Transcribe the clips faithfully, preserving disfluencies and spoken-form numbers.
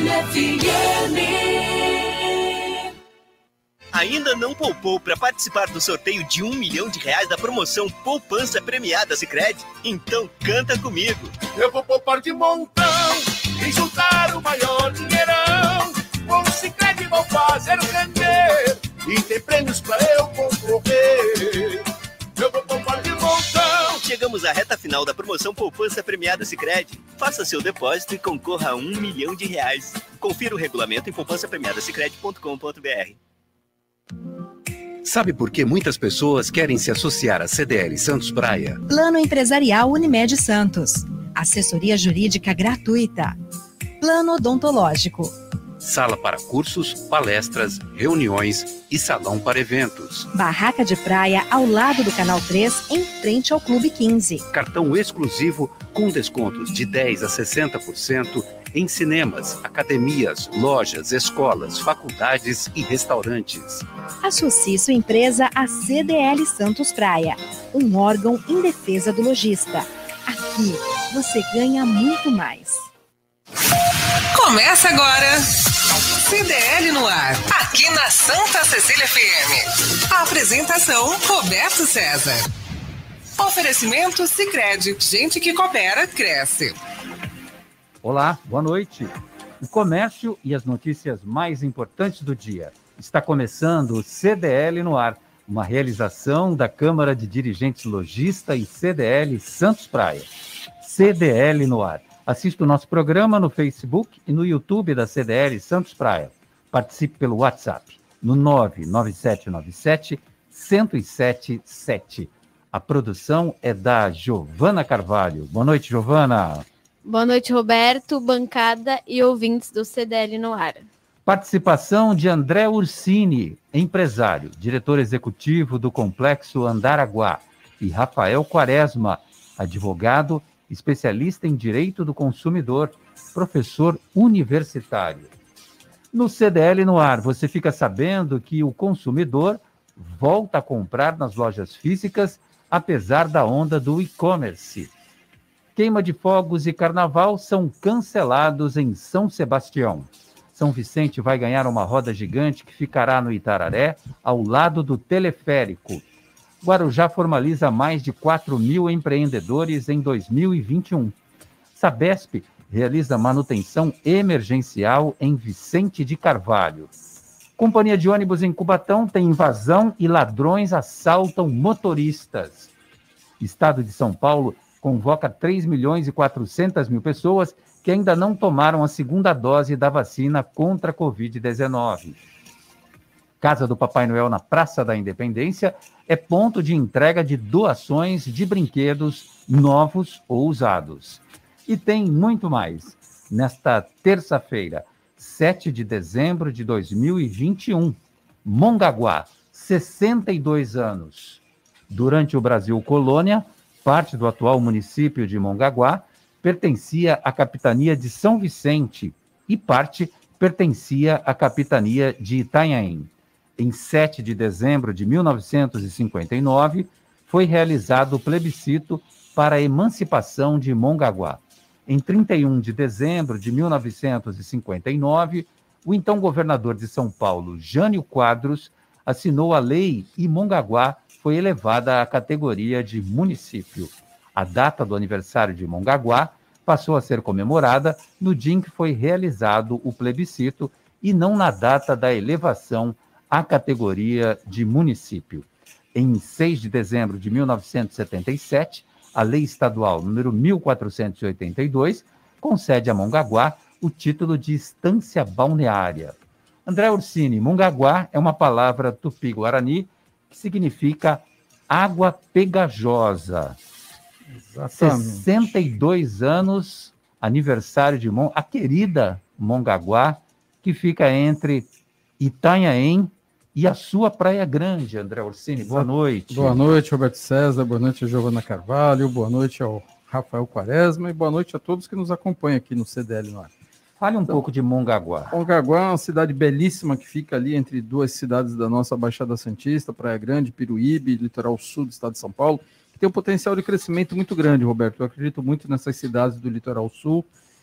F M. Ainda não poupou para participar do sorteio de um milhão de reais da promoção Poupança Premiada Sicredi? Então canta comigo. Eu vou poupar de montão e juntar o maior dinheirão. Com o Sicredi vou fazer render e ter prêmios pra eu concorrer. Eu vou poupar de montão. Chegamos à reta final da promoção Poupança Premiada Sicredi. Faça seu depósito e concorra a um milhão de reais. Confira o regulamento em poupança premiada sicredi ponto com ponto b r. Sabe por que muitas pessoas querem se associar à C D L Santos Praia? Plano Empresarial Unimed Santos. Assessoria Jurídica gratuita. Plano Odontológico. Sala para cursos, palestras, reuniões e salão para eventos. Barraca de praia ao lado do Canal três, em frente ao Clube quinze. Cartão exclusivo com descontos de dez a sessenta por cento em cinemas, academias, lojas, escolas, faculdades e restaurantes. Associe sua empresa à C D L Santos Praia, um órgão em defesa do lojista. Aqui você ganha muito mais. Começa agora C D L no ar, aqui na Santa Cecília F M. A apresentação, Roberto César. Oferecimento Sicredi, gente que coopera, cresce. Olá, boa noite. O comércio e as notícias mais importantes do dia. Está começando o C D L no ar, uma realização da Câmara de Dirigentes Logista e C D L Santos Praia. C D L no ar. Assista o nosso programa no Facebook e no YouTube da C D L Santos Praia. Participe pelo WhatsApp no nove nove sete nove sete, um zero sete sete. A produção é da Giovana Carvalho. Boa noite, Giovana. Boa noite, Roberto, bancada e ouvintes do C D L no ar. Participação de André Ursini, empresário, diretor executivo do Complexo Andaraguá, e Rafael Quaresma, advogado, especialista em Direito do Consumidor, professor universitário. No C D L no ar, você fica sabendo que o consumidor volta a comprar nas lojas físicas, apesar da onda do e-commerce. Queima de fogos e carnaval são cancelados em São Sebastião. São Vicente vai ganhar uma roda gigante que ficará no Itararé, ao lado do teleférico. Guarujá formaliza mais de quatro mil empreendedores em dois mil e vinte e um. Sabesp realiza manutenção emergencial em Vicente de Carvalho. Companhia de ônibus em Cubatão tem invasão e ladrões assaltam motoristas. Estado de São Paulo convoca três milhões e quatrocentas mil pessoas que ainda não tomaram a segunda dose da vacina contra a covid dezenove. Casa do Papai Noel na Praça da Independência é ponto de entrega de doações de brinquedos novos ou usados. E tem muito mais. Nesta terça-feira, sete de dezembro de dois mil e vinte e um, Mongaguá, sessenta e dois anos. Durante o Brasil Colônia, parte do atual município de Mongaguá pertencia à capitania de São Vicente e parte pertencia à capitania de Itanhaém. Em sete de dezembro de mil novecentos e cinquenta e nove, foi realizado o plebiscito para a emancipação de Mongaguá. Em trinta e um de dezembro de mil novecentos e cinquenta e nove, o então governador de São Paulo, Jânio Quadros, assinou a lei e Mongaguá foi elevada à categoria de município. A data do aniversário de Mongaguá passou a ser comemorada no dia em que foi realizado o plebiscito e não na data da elevação à categoria de município. Em seis de dezembro de mil novecentos e setenta e sete, a Lei Estadual número mil quatrocentos e oitenta e dois concede a Mongaguá o título de estância balneária. André Ursini, Mongaguá é uma palavra tupi-guarani que significa água pegajosa. Exatamente. sessenta e dois anos, aniversário de Mon... a querida Mongaguá, que fica entre Itanhaém e a sua Praia Grande. André Ursini, boa noite. Boa noite, Roberto César, boa noite a Giovana Carvalho, boa noite ao Rafael Quaresma e boa noite a todos que nos acompanham aqui no C D L no ar. Fale um então, pouco de Mongaguá. Mongaguá é uma cidade belíssima que fica ali entre duas cidades da nossa Baixada Santista, Praia Grande, Piruíbe, litoral sul do estado de São Paulo, que tem um potencial de crescimento muito grande, Roberto. Eu acredito muito nessas cidades do litoral sul,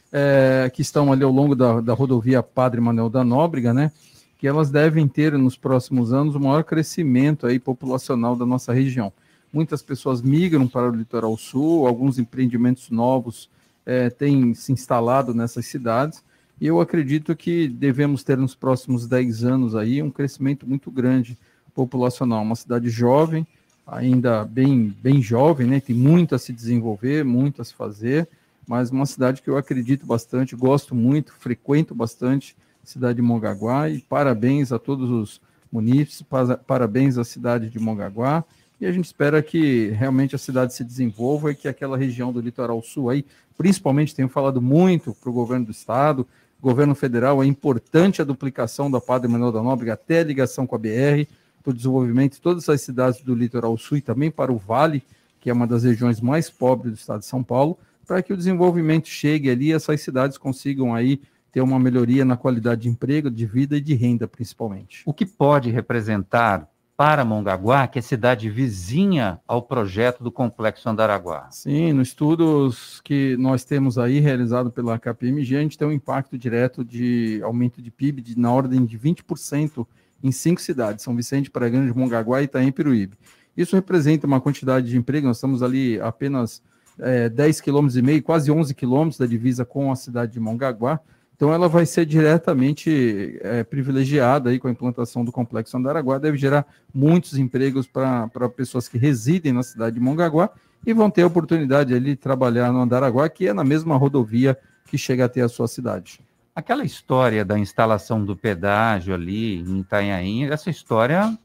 é, que estão ali ao longo da, da rodovia Padre Manuel da Nóbrega, né? Que elas devem ter nos próximos anos o maior crescimento aí populacional da nossa região. Muitas pessoas migram para o litoral sul, alguns empreendimentos novos é, têm se instalado nessas cidades, e eu acredito que devemos ter nos próximos dez anos aí um crescimento muito grande populacional. Uma cidade jovem, ainda bem, bem jovem, né? Tem muito a se desenvolver, muito a se fazer, mas uma cidade que eu acredito bastante, gosto muito, frequento bastante, cidade de Mongaguá, e parabéns a todos os munícipes, parabéns à cidade de Mongaguá, e a gente espera que realmente a cidade se desenvolva e que aquela região do litoral sul aí, principalmente, tenho falado muito para o governo do estado, governo federal, é importante a duplicação da Padre Manuel da Nóbrega até a ligação com a B R, para o desenvolvimento de todas as cidades do litoral sul e também para o Vale, que é uma das regiões mais pobres do estado de São Paulo, para que o desenvolvimento chegue ali e essas cidades consigam aí ter uma melhoria na qualidade de emprego, de vida e de renda, principalmente. O que pode representar para Mongaguá, que é cidade vizinha ao projeto do Complexo Andaraguá? Sim, nos estudos que nós temos aí, realizado pela K P M G, a gente tem um impacto direto de aumento de P I B de, na ordem de vinte por cento em cinco cidades, São Vicente, Praia Grande, Mongaguá, Itaém e Peruíbe. Isso representa uma quantidade de emprego, nós estamos ali apenas é, dez quilômetros e meio, quase onze quilômetros da divisa com a cidade de Mongaguá. Então, ela vai ser diretamente é, privilegiada aí com a implantação do Complexo Andaraguá, deve gerar muitos empregos para pessoas que residem na cidade de Mongaguá e vão ter a oportunidade ali de trabalhar no Andaraguá, que é na mesma rodovia que chega até a sua cidade. Aquela história da instalação do pedágio ali em Itanhaém, essa história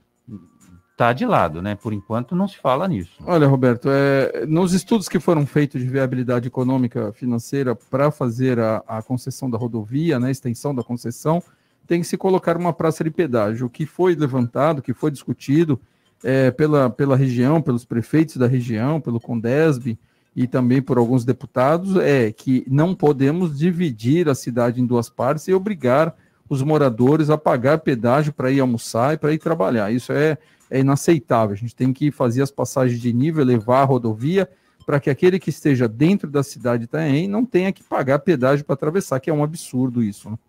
está de lado, né? Por enquanto não se fala nisso. Olha, Roberto, é, nos estudos que foram feitos de viabilidade econômica financeira para fazer a, a concessão da rodovia, né, a extensão da concessão, tem que se colocar uma praça de pedágio. O que foi levantado, o que foi discutido é, pela, pela região, pelos prefeitos da região, pelo Condesb e também por alguns deputados, é que não podemos dividir a cidade em duas partes e obrigar os moradores a pagar pedágio para ir almoçar e para ir trabalhar. Isso é É inaceitável. A gente tem que fazer as passagens de nível, elevar a rodovia, para que aquele que esteja dentro da cidade de Itanhaém não tenha que pagar pedágio para atravessar, que é um absurdo isso, né?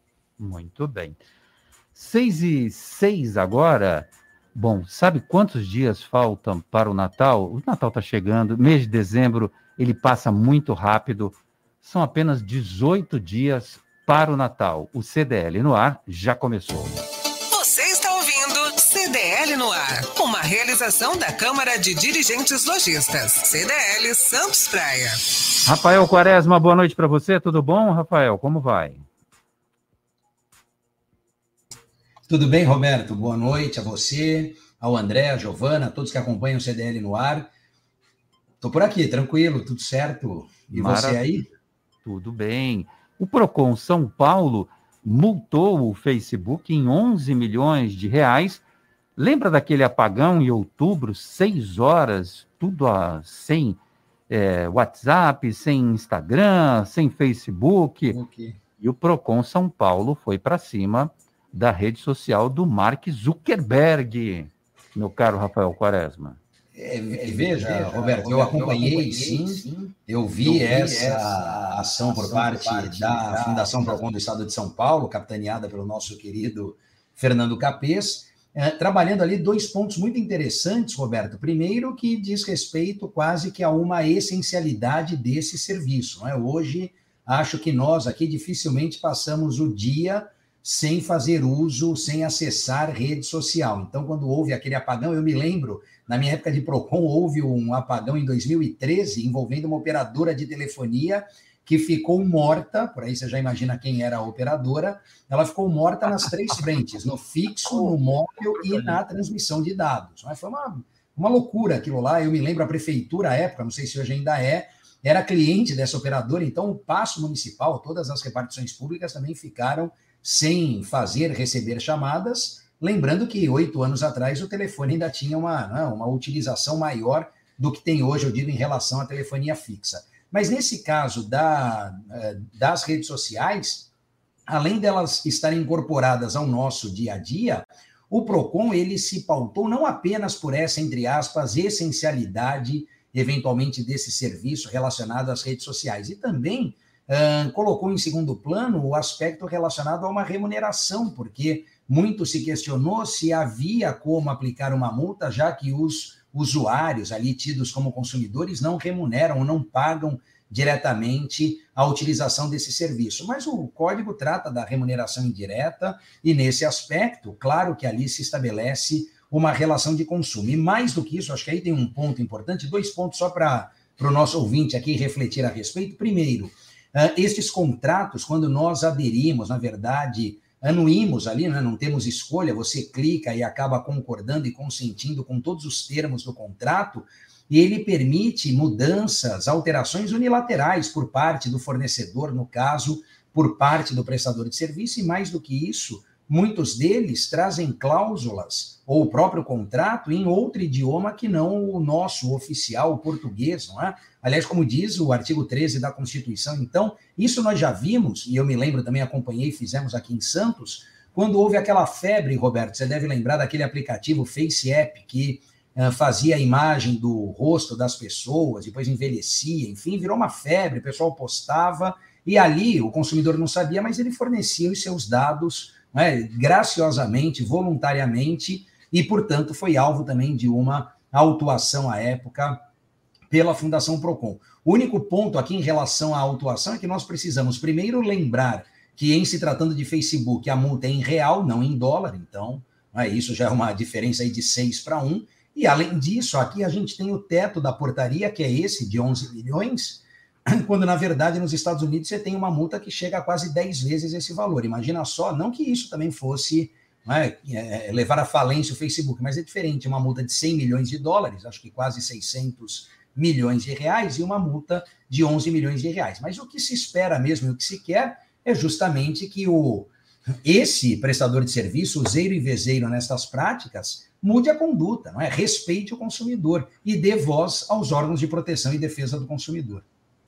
Muito bem. Seis e seis agora. Bom, sabe quantos dias faltam para o Natal? O Natal está chegando, mês de dezembro, ele passa muito rápido. São apenas dezoito dias para o Natal. O C D L no ar já começou. C D L no ar, uma realização da Câmara de Dirigentes Lojistas, C D L Santos Praia. Rafael Quaresma, boa noite para você, tudo bom, Rafael? Como vai? Tudo bem, Roberto? Boa noite a você, ao André, a Giovana, a todos que acompanham o C D L no ar. Estou por aqui, tranquilo, tudo certo. E Maravilha. Você aí? Tudo bem. O Procon São Paulo multou o Facebook em onze milhões de reais. Lembra daquele apagão em outubro, seis horas, tudo a, sem é, WhatsApp, sem Instagram, sem Facebook? Okay. E o Procon São Paulo foi para cima da rede social do Mark Zuckerberg, meu caro Rafael Quaresma. É, veja, Roberto, eu acompanhei, sim, eu vi essa ação por parte da Fundação Procon do Estado de São Paulo, capitaneada pelo nosso querido Fernando Capês, É, trabalhando ali dois pontos muito interessantes, Roberto. Primeiro, que diz respeito quase que a uma essencialidade desse serviço. Não é? Hoje, acho que nós aqui dificilmente passamos o dia sem fazer uso, sem acessar rede social. Então, quando houve aquele apagão, eu me lembro, na minha época de Procon, houve um apagão em dois mil e treze, envolvendo uma operadora de telefonia que ficou morta, por aí você já imagina quem era a operadora, ela ficou morta nas três frentes, no fixo, no móvel e na transmissão de dados. Foi uma, uma loucura aquilo lá, eu me lembro a prefeitura à época, não sei se hoje ainda é, era cliente dessa operadora, então o Paço Municipal, todas as repartições públicas também ficaram sem fazer, receber chamadas, lembrando que oito anos atrás o telefone ainda tinha uma, não, uma utilização maior do que tem hoje, eu digo, em relação à telefonia fixa. Mas nesse caso da, das redes sociais, além delas estarem incorporadas ao nosso dia a dia, o Procon ele se pautou não apenas por essa, entre aspas, essencialidade, eventualmente, desse serviço relacionado às redes sociais, e também uh, colocou em segundo plano o aspecto relacionado a uma remuneração, porque muito se questionou se havia como aplicar uma multa, já que os usuários ali tidos como consumidores não remuneram ou não pagam diretamente a utilização desse serviço. Mas o código trata da remuneração indireta e, nesse aspecto, claro que ali se estabelece uma relação de consumo. E mais do que isso, acho que aí tem um ponto importante, dois pontos só para o nosso ouvinte aqui refletir a respeito. Primeiro, uh, estes contratos, quando nós aderimos, na verdade, anuímos ali, né, não temos escolha, você clica e acaba concordando e consentindo com todos os termos do contrato, e ele permite mudanças, alterações unilaterais por parte do fornecedor, no caso, por parte do prestador de serviço, e mais do que isso, muitos deles trazem cláusulas, ou o próprio contrato, em outro idioma que não o nosso oficial, o português, não é? Aliás, como diz o artigo treze da Constituição. Então, isso nós já vimos, e eu me lembro também, acompanhei, fizemos aqui em Santos, quando houve aquela febre, Roberto, você deve lembrar daquele aplicativo Face App, que uh, fazia a imagem do rosto das pessoas, depois envelhecia, enfim, virou uma febre, o pessoal postava, e ali o consumidor não sabia, mas ele fornecia os seus dados, né, graciosamente, voluntariamente, e, portanto, foi alvo também de uma autuação à época pela Fundação Procon. O único ponto aqui em relação à autuação é que nós precisamos primeiro lembrar que, em se tratando de Facebook, a multa é em real, não em dólar, então, né, isso já é uma diferença aí de seis para um, e além disso, aqui a gente tem o teto da portaria, que é esse, de onze milhões, quando, na verdade, nos Estados Unidos você tem uma multa que chega a quase dez vezes esse valor. Imagina só, não que isso também fosse, né, é, levar à falência o Facebook, mas é diferente, uma multa de cem milhões de dólares, acho que quase seiscentos milhões de reais, e uma multa de onze milhões de reais. Mas o que se espera mesmo, e o que se quer, é justamente que o, esse prestador de serviço, useiro e vezeiro nestas práticas, mude a conduta, não é? Respeite o consumidor e dê voz aos órgãos de proteção e defesa do consumidor.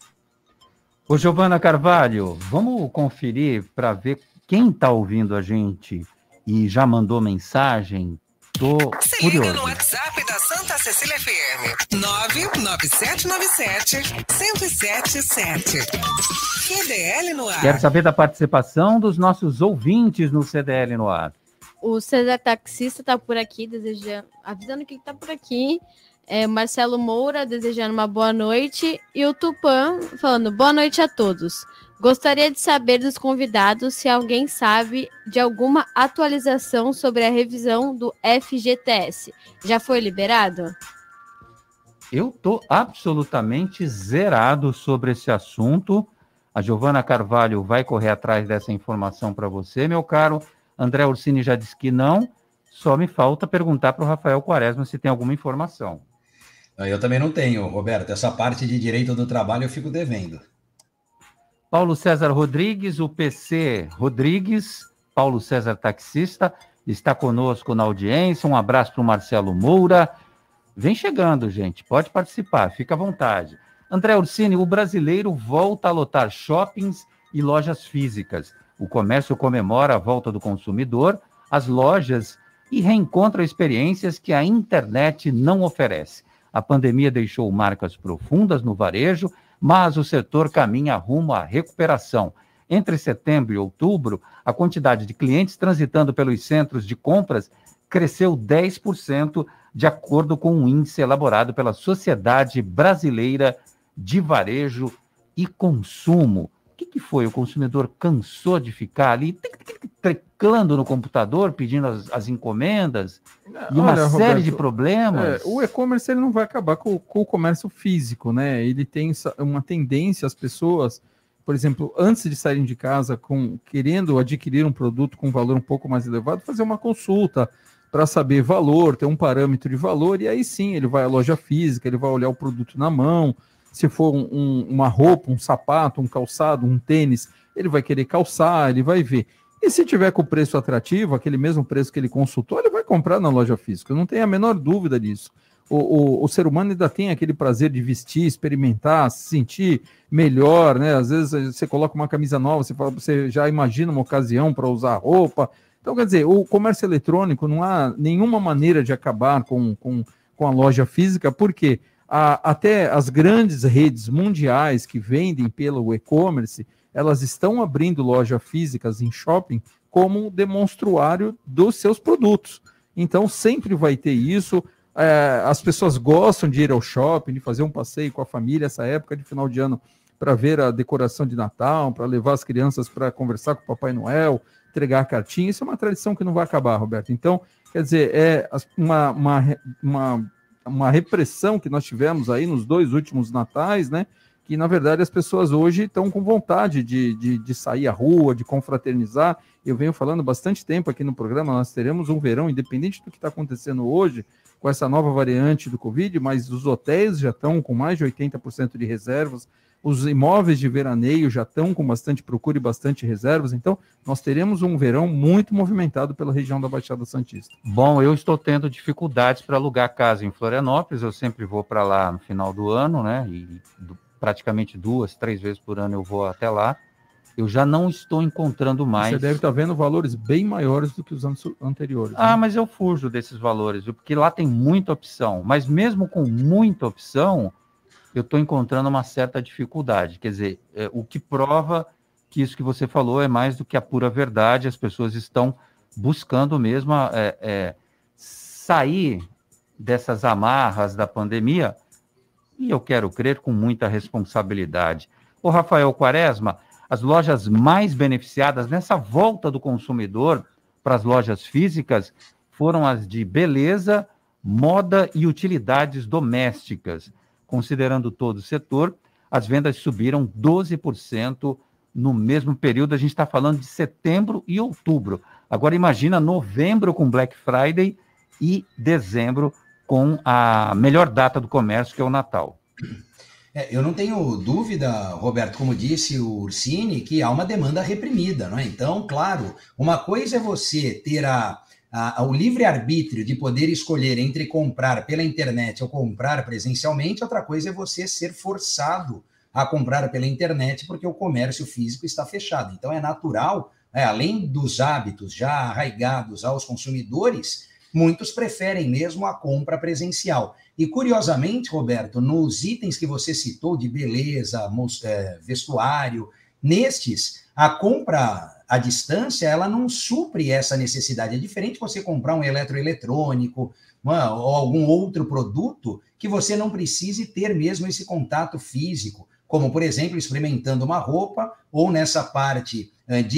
Ô, Giovana Carvalho, vamos conferir para ver quem está ouvindo a gente e já mandou mensagem. Tô Se curioso. liga no WhatsApp da Santa Cecília F M, nove nove sete nove sete, zero sete sete. C D L no ar. Quero saber da participação dos nossos ouvintes no C D L no ar. O César Taxista está por aqui, desejando, avisando que ele está por aqui. É, Marcelo Moura desejando uma boa noite. E o Tupã falando boa noite a todos. Gostaria de saber dos convidados se alguém sabe de alguma atualização sobre a revisão do F G T S. Já foi liberado? Eu estou absolutamente zerado sobre esse assunto. A Giovana Carvalho vai correr atrás dessa informação para você, meu caro. André Ursini já disse que não. Só me falta perguntar para o Rafael Quaresma se tem alguma informação. Eu também não tenho, Roberto. Essa parte de direito do trabalho eu fico devendo. Paulo César Rodrigues, o P C Rodrigues, Paulo César Taxista, está conosco na audiência. Um abraço para o Marcelo Moura. Vem chegando, gente. Pode participar, fica à vontade. André Ursini, o brasileiro volta a lotar shoppings e lojas físicas. O comércio comemora a volta do consumidor, as lojas e reencontra experiências que a internet não oferece. A pandemia deixou marcas profundas no varejo, mas o setor caminha rumo à recuperação. Entre setembro e outubro, a quantidade de clientes transitando pelos centros de compras cresceu dez por cento, de acordo com um índice elaborado pela Sociedade Brasileira de Varejo e Consumo. O que, que foi? O consumidor cansou de ficar ali teclando no computador, pedindo as, as encomendas, e uma Olha, série Roberto, de problemas? É, o e-commerce ele não vai acabar com, com o comércio físico, né? Ele tem uma tendência, as pessoas, por exemplo, antes de saírem de casa, com, querendo adquirir um produto com valor um pouco mais elevado, fazer uma consulta para saber valor, ter um parâmetro de valor, e aí sim, ele vai à loja física, ele vai olhar o produto na mão. Se for um, um, uma roupa, um sapato, um calçado, um tênis, ele vai querer calçar, ele vai ver. E se tiver com o preço atrativo, aquele mesmo preço que ele consultou, ele vai comprar na loja física. Eu não tenho a menor dúvida disso. O, o, o ser humano ainda tem aquele prazer de vestir, experimentar, se sentir melhor, né? Às vezes você coloca uma camisa nova, você, fala, você já imagina uma ocasião para usar roupa. Então, quer dizer, o comércio eletrônico não há nenhuma maneira de acabar com, com, com a loja física, por quê? a, até as grandes redes mundiais que vendem pelo e-commerce, elas estão abrindo lojas físicas em shopping como um demonstruário dos seus produtos. Então, sempre vai ter isso. É, as pessoas gostam de ir ao shopping, de fazer um passeio com a família, essa época de final de ano, para ver a decoração de Natal, para levar as crianças para conversar com o Papai Noel, entregar a cartinha. Isso é uma tradição que não vai acabar, Roberto. Então, quer dizer, é uma, uma, uma, uma repressão que nós tivemos aí nos dois últimos natais, né? Que, na verdade, as pessoas hoje estão com vontade de, de, de sair à rua, de confraternizar. Eu venho falando bastante tempo aqui no programa, nós teremos um verão, independente do que está acontecendo hoje, com essa nova variante do Covid, mas os hotéis já estão com mais de oitenta por cento de reservas, os imóveis de veraneio já estão com bastante procura e bastante reservas, então nós teremos um verão muito movimentado pela região da Baixada Santista. Bom, eu estou tendo dificuldades para alugar casa em Florianópolis, eu sempre vou para lá no final do ano, né, e do, praticamente duas, três vezes por ano eu vou até lá. Eu já não estou encontrando mais. Você deve estar vendo valores bem maiores do que os anos anteriores. Né? Ah, mas eu fujo desses valores, viu? Porque lá tem muita opção. Mas mesmo com muita opção, eu estou encontrando uma certa dificuldade. Quer dizer, é, o que prova que isso que você falou é mais do que a pura verdade. As pessoas estão buscando mesmo é, é, sair dessas amarras da pandemia. E eu quero crer com muita responsabilidade. Ô, Rafael Quaresma, as lojas mais beneficiadas nessa volta do consumidor para as lojas físicas foram as de beleza, moda e utilidades domésticas. Considerando todo o setor, as vendas subiram doze por cento no mesmo período. A gente está falando de setembro e outubro. Agora imagina novembro com Black Friday e dezembro com a melhor data do comércio, que é o Natal. É, eu não tenho dúvida, Roberto, como disse o Ursini, que há uma demanda reprimida, não é? Então, claro, uma coisa é você ter a, a, o livre-arbítrio de poder escolher entre comprar pela internet ou comprar presencialmente, outra coisa é você ser forçado a comprar pela internet porque o comércio físico está fechado. Então, é natural, né, além dos hábitos já arraigados aos consumidores, muitos preferem mesmo a compra presencial. E, curiosamente, Roberto, nos itens que você citou de beleza, vestuário, nestes, a compra à distância, ela não supre essa necessidade. É diferente você comprar um eletroeletrônico uma, ou algum outro produto que você não precise ter mesmo esse contato físico, como, por exemplo, experimentando uma roupa ou nessa parte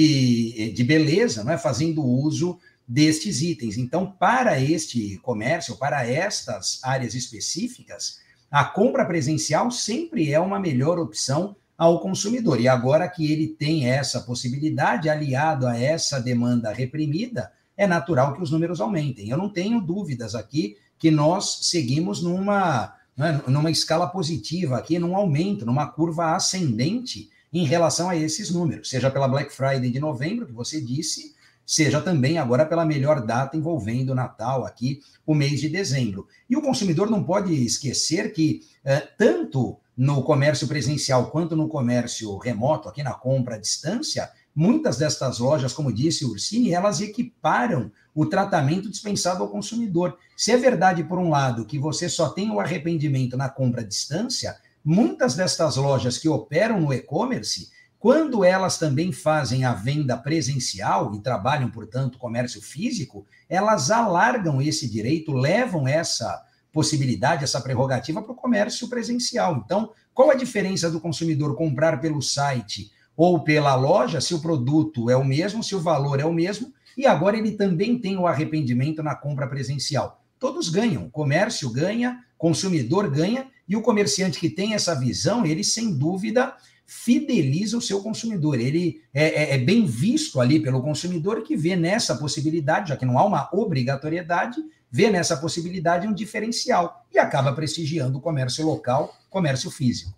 de, de beleza, não é? Fazendo uso destes itens. Então, para este comércio, para estas áreas específicas, a compra presencial sempre é uma melhor opção ao consumidor. E agora que ele tem essa possibilidade, aliado a essa demanda reprimida, é natural que os números aumentem. Eu não tenho dúvidas aqui que nós seguimos numa, né, numa escala positiva aqui, num aumento, numa curva ascendente em relação a esses números, seja pela Black Friday de novembro, que você disse, seja também agora pela melhor data envolvendo o Natal aqui, o mês de dezembro. E o consumidor não pode esquecer que, eh, tanto no comércio presencial quanto no comércio remoto, aqui na compra à distância, muitas destas lojas, como disse o Ursini, elas equiparam o tratamento dispensado ao consumidor. Se é verdade, por um lado, que você só tem o arrependimento na compra à distância, muitas destas lojas que operam no e-commerce, quando elas também fazem a venda presencial e trabalham, portanto, comércio físico, elas alargam esse direito, levam essa possibilidade, essa prerrogativa para o comércio presencial. Então, qual a diferença do consumidor comprar pelo site ou pela loja, se o produto é o mesmo, se o valor é o mesmo, e agora ele também tem o arrependimento na compra presencial? Todos ganham, o comércio ganha, o consumidor ganha, e o comerciante que tem essa visão, ele, sem dúvida, fideliza o seu consumidor. Ele é, é, é bem visto ali pelo consumidor que vê nessa possibilidade, já que não há uma obrigatoriedade, vê nessa possibilidade um diferencial e acaba prestigiando o comércio local, comércio físico.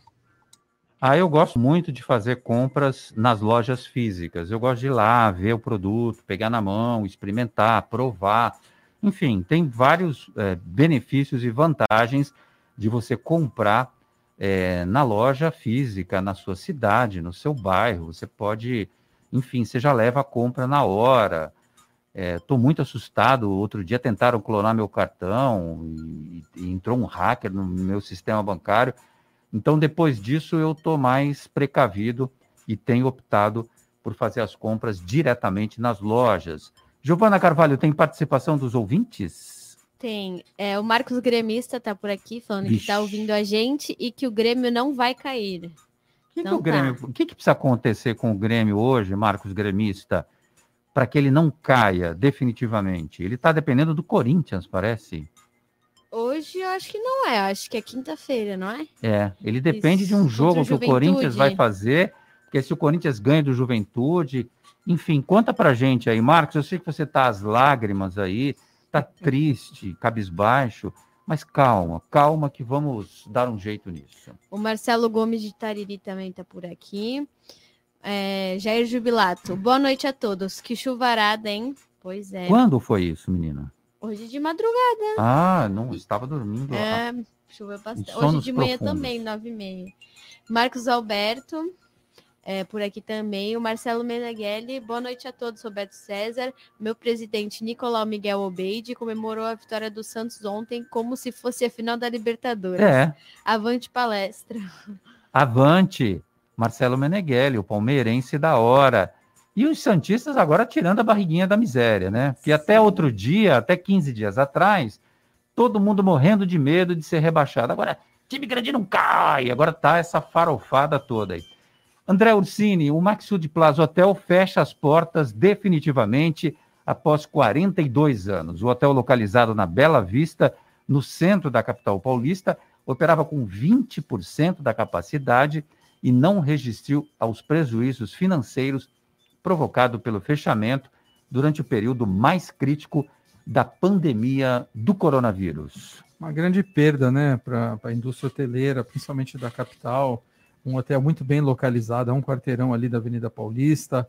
Ah, eu gosto muito de fazer compras nas lojas físicas. Eu gosto de ir lá, ver o produto, pegar na mão, experimentar, provar. Enfim, tem vários é, benefícios e vantagens de você comprar É, na loja física, na sua cidade, no seu bairro. Você pode, enfim, você já leva a compra na hora. Estou é, muito assustado. Outro dia tentaram clonar meu cartão e, e entrou um hacker no meu sistema bancário. Então, depois disso, eu estou mais precavido e tenho optado por fazer as compras diretamente nas lojas. Giovana Carvalho, tem participação dos ouvintes? Tem. É, o Marcos Gremista está por aqui, falando Vixe. que está ouvindo a gente e que o Grêmio não vai cair. Que que o, Grêmio, tá. o que, que precisa acontecer com o Grêmio hoje, Marcos Gremista, para que ele não caia definitivamente? Ele está dependendo do Corinthians, parece. Hoje eu acho que não é, acho que é quinta-feira, não é? É, ele depende Isso, de um jogo que o Corinthians vai fazer, porque se o Corinthians ganha do Juventude, enfim, conta pra gente aí, Marcos, eu sei que você tá às lágrimas aí, tá triste, cabisbaixo, mas calma, calma que vamos dar um jeito nisso. O Marcelo Gomes de Tariri também tá por aqui. É, Jair Jubilato, boa noite a todos, que chuvarada, hein? Pois é. Quando foi isso, menina? Hoje de madrugada. Ah, não, estava dormindo. É, choveu bastante. Hoje de manhã profundos. Também, nove e meia. Marcos Alberto, é, por aqui também. O Marcelo Meneghelli, boa noite a todos, Roberto César. Meu presidente Nicolau Miguel Obeide comemorou a vitória do Santos ontem como se fosse a final da Libertadores. É. Avante palestra. Avante, Marcelo Meneghelli, o palmeirense da hora. E os santistas agora tirando a barriguinha da miséria, né? Porque até outro dia, até quinze dias atrás, todo mundo morrendo de medo de ser rebaixado. Agora, time grande não cai. Agora tá essa farofada toda aí. André Ursini, o Maxud Plaza Hotel fecha as portas definitivamente após quarenta e dois anos. O hotel localizado na Bela Vista, no centro da capital paulista, operava com vinte por cento da capacidade e não resistiu aos prejuízos financeiros provocado pelo fechamento durante o período mais crítico da pandemia do coronavírus. Uma grande perda, né, para a indústria hoteleira, principalmente da capital. Um hotel muito bem localizado, é um quarteirão ali da Avenida Paulista.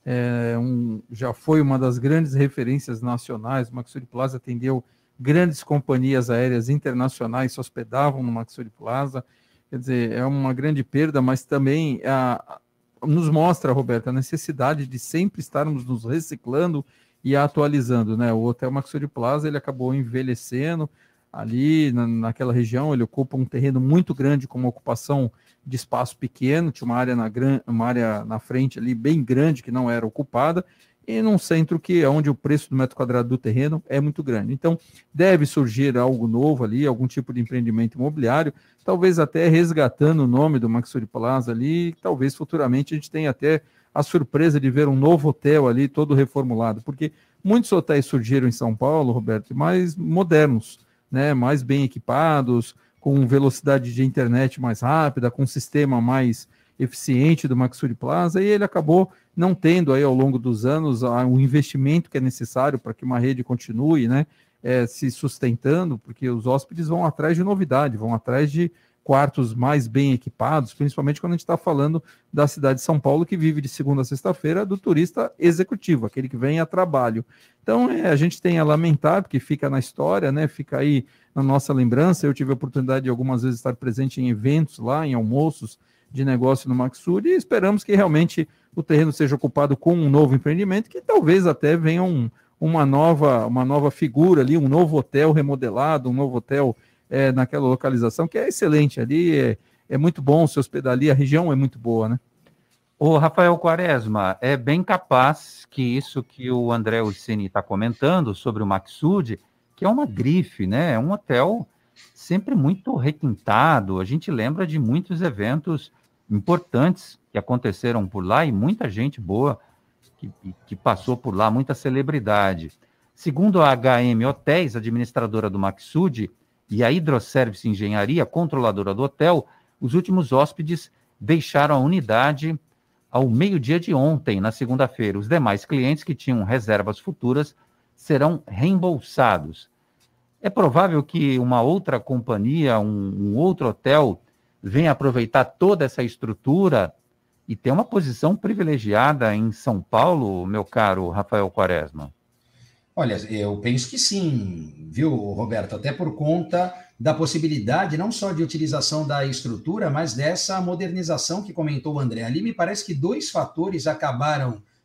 É um, já foi uma das grandes referências nacionais. O Maxuri Plaza atendeu grandes companhias aéreas internacionais, se hospedavam no Maxuri Plaza. Quer dizer, é uma grande perda, mas também a nos mostra, Roberto, a necessidade de sempre estarmos nos reciclando e atualizando, né? O Hotel Maxuri Plaza, ele acabou envelhecendo ali na, naquela região, ele ocupa um terreno muito grande com uma ocupação de espaço pequeno, tinha uma área na, uma área na frente ali bem grande que não era ocupada, e num centro que é onde o preço do metro quadrado do terreno é muito grande. Então, deve surgir algo novo ali, algum tipo de empreendimento imobiliário, talvez até resgatando o nome do Maxuri Plaza ali, talvez futuramente a gente tenha até a surpresa de ver um novo hotel ali, todo reformulado, porque muitos hotéis surgiram em São Paulo, Roberto, mais modernos, né, mais bem equipados, com velocidade de internet mais rápida, com um sistema mais eficiente do Maxuri Plaza, e ele acabou não tendo aí ao longo dos anos o investimento que é necessário para que uma rede continue, né, é, se sustentando, porque os hóspedes vão atrás de novidade, vão atrás de quartos mais bem equipados, principalmente quando a gente está falando da cidade de São Paulo, que vive de segunda a sexta-feira do turista executivo, aquele que vem a trabalho. Então, é, a gente tem a lamentar, porque fica na história, né, fica aí na nossa lembrança. Eu tive a oportunidade de algumas vezes estar presente em eventos lá, em almoços de negócio no Maxuri, e esperamos que realmente o terreno seja ocupado com um novo empreendimento, que talvez até venha um, uma, nova, uma nova figura ali, um novo hotel remodelado, um novo hotel é, naquela localização, que é excelente ali, é, é muito bom se hospedar ali, a região é muito boa, né? Ô, Rafael Quaresma, é bem capaz que isso que o André Ursini está comentando sobre o Maxud, que é uma grife, né? É um hotel sempre muito requintado. A gente lembra de muitos eventos importantes que aconteceram por lá e muita gente boa que, que passou por lá, muita celebridade. Segundo a H M Hotéis, administradora do Maxud, e a Hidroservice Engenharia, controladora do hotel, os últimos hóspedes deixaram a unidade ao meio-dia de ontem, na segunda-feira. Os demais clientes que tinham reservas futuras serão reembolsados. É provável que uma outra companhia, um, um outro hotel, venha aproveitar toda essa estrutura e ter uma posição privilegiada em São Paulo, meu caro Rafael Quaresma? Olha, eu penso que sim, viu, Roberto? Até por conta da possibilidade não só de utilização da estrutura, mas dessa modernização que comentou o André ali. Me parece que dois fatores acabaram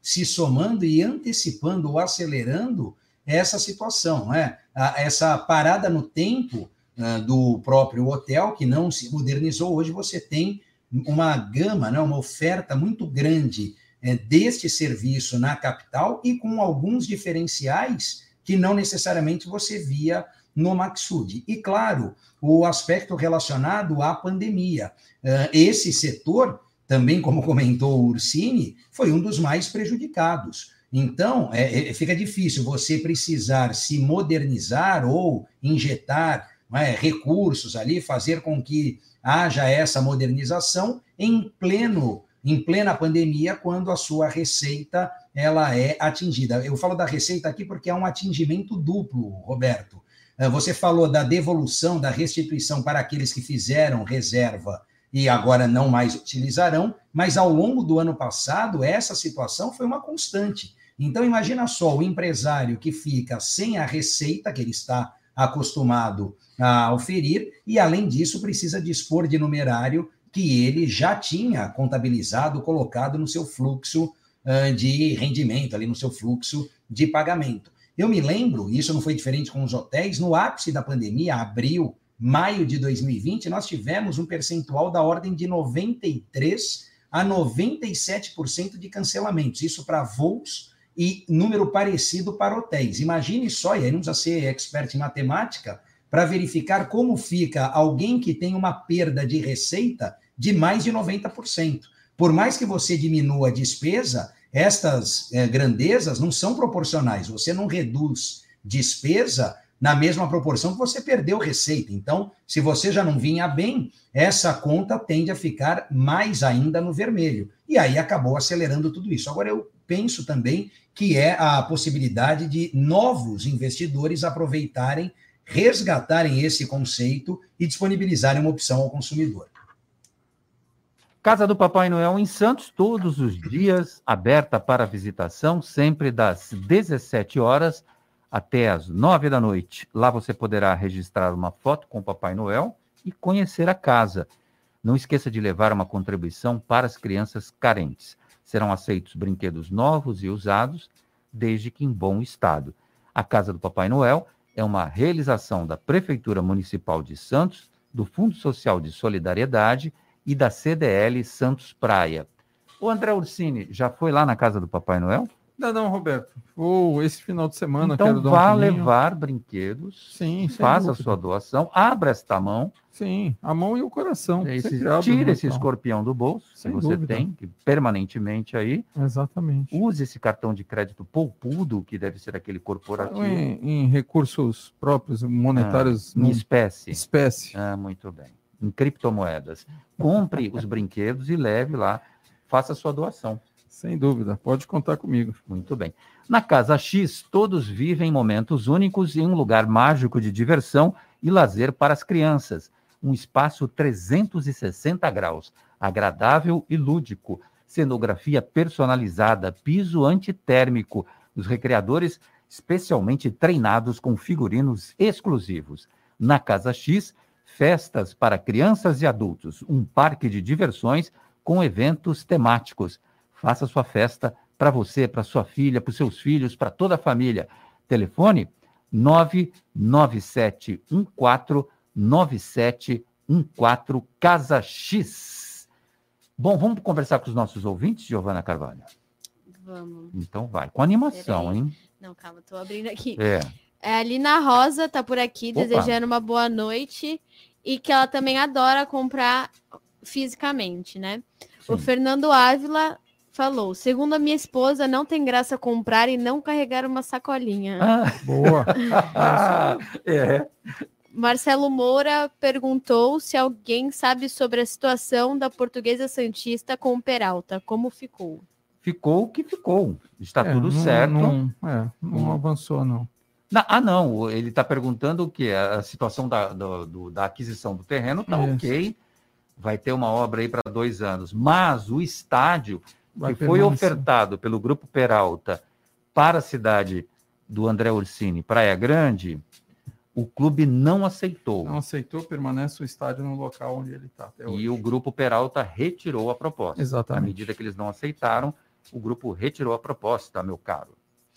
se somando e antecipando ou acelerando essa situação, né? Essa parada no tempo uh, do próprio hotel, que não se modernizou, hoje você tem uma gama, né, uma oferta muito grande é, deste serviço na capital e com alguns diferenciais que não necessariamente você via no Maxud. E, claro, o aspecto relacionado à pandemia. Uh, esse setor, também como comentou o Ursini, foi um dos mais prejudicados. Então, é, é, fica difícil você precisar se modernizar ou injetar, não é, recursos ali, fazer com que haja essa modernização em pleno, em plena pandemia, quando a sua receita ela é atingida. Eu falo da receita aqui porque é um atingimento duplo, Roberto. Você falou da devolução, da restituição para aqueles que fizeram reserva e agora não mais utilizarão, mas ao longo do ano passado, essa situação foi uma constante. Então, imagina só, o empresário que fica sem a receita que ele está acostumado a oferir, e além disso precisa dispor de numerário que ele já tinha contabilizado, colocado no seu fluxo uh, de rendimento, ali no seu fluxo de pagamento. Eu me lembro, isso não foi diferente com os hotéis, no ápice da pandemia, abril, maio de dois mil e vinte, nós tivemos um percentual da ordem de noventa e três a noventa e sete por cento de cancelamentos, isso para voos e número parecido para hotéis. Imagine só, e aí não precisa ser expert em matemática, para verificar como fica alguém que tem uma perda de receita de mais de noventa por cento. Por mais que você diminua a despesa, estas eh, grandezas não são proporcionais. Você não reduz despesa na mesma proporção que você perdeu receita. Então, se você já não vinha bem, essa conta tende a ficar mais ainda no vermelho. E aí acabou acelerando tudo isso. Agora, eu penso também que é a possibilidade de novos investidores aproveitarem, resgatarem esse conceito e disponibilizarem uma opção ao consumidor. Casa do Papai Noel em Santos, todos os dias, aberta para visitação, sempre das dezessete horas até as nove da noite. Lá você poderá registrar uma foto com o Papai Noel e conhecer a casa. Não esqueça de levar uma contribuição para as crianças carentes. Serão aceitos brinquedos novos e usados, desde que em bom estado. A Casa do Papai Noel é uma realização da Prefeitura Municipal de Santos, do Fundo Social de Solidariedade e da C D L Santos Praia. O André Ursini já foi lá na Casa do Papai Noel? Não, não, Roberto. Vou esse final de semana. Então quero dar vá um levar brinquedos, Sim, faça a sua doação, abra esta mão. Sim, a mão e o coração. Esse, tira esse escorpião do bolso, Sem que você dúvida. tem, que permanentemente aí. Exatamente. Use esse cartão de crédito poupudo, que deve ser aquele corporativo. Em, em recursos próprios, monetários. Ah, em num- espécie. Espécie. Ah, muito bem. Em criptomoedas. Compre os brinquedos e leve lá, faça a sua doação. Sem dúvida, pode contar comigo. Muito bem. Na Casa X, todos vivem momentos únicos em um lugar mágico de diversão e lazer para as crianças. Um espaço trezentos e sessenta graus, agradável e lúdico. Cenografia personalizada, piso antitérmico. Os recreadores especialmente treinados com figurinos exclusivos. Na Casa X, festas para crianças e adultos. Um parque de diversões com eventos temáticos. Faça sua festa para você, para sua filha, para os seus filhos, para toda a família. Telefone nove nove sete um quatro nove sete um quatro Casa X. Bom, vamos conversar com os nossos ouvintes, Giovana Carvalho? Vamos. Então vai, com animação, Peraí. hein? Não, calma, tô abrindo aqui. É. É, a Lina Rosa tá por aqui, Opa. desejando uma boa noite e que ela também adora comprar fisicamente, né? Sim. O Fernando Ávila falou, segundo a minha esposa, não tem graça comprar e não carregar uma sacolinha. Ah, Boa. é. Marcelo Moura perguntou se alguém sabe sobre a situação da Portuguesa Santista com o Peralta, como ficou? Ficou o que ficou. Está É, tudo não- certo. Não, é, não Hum. avançou, não. Na- ah, não. Ele está perguntando o quê? A situação da, do- do- da aquisição do terreno está Isso. ok. Vai ter uma obra aí para dois anos. Mas o estádio Vai que foi permanecer. ofertado pelo Grupo Peralta para a cidade do André Ursini, Praia Grande, o clube não aceitou. Não aceitou, permanece o estádio no local onde ele está. E o Grupo Peralta retirou a proposta. Exatamente. À medida que eles não aceitaram, o grupo retirou a proposta, meu caro.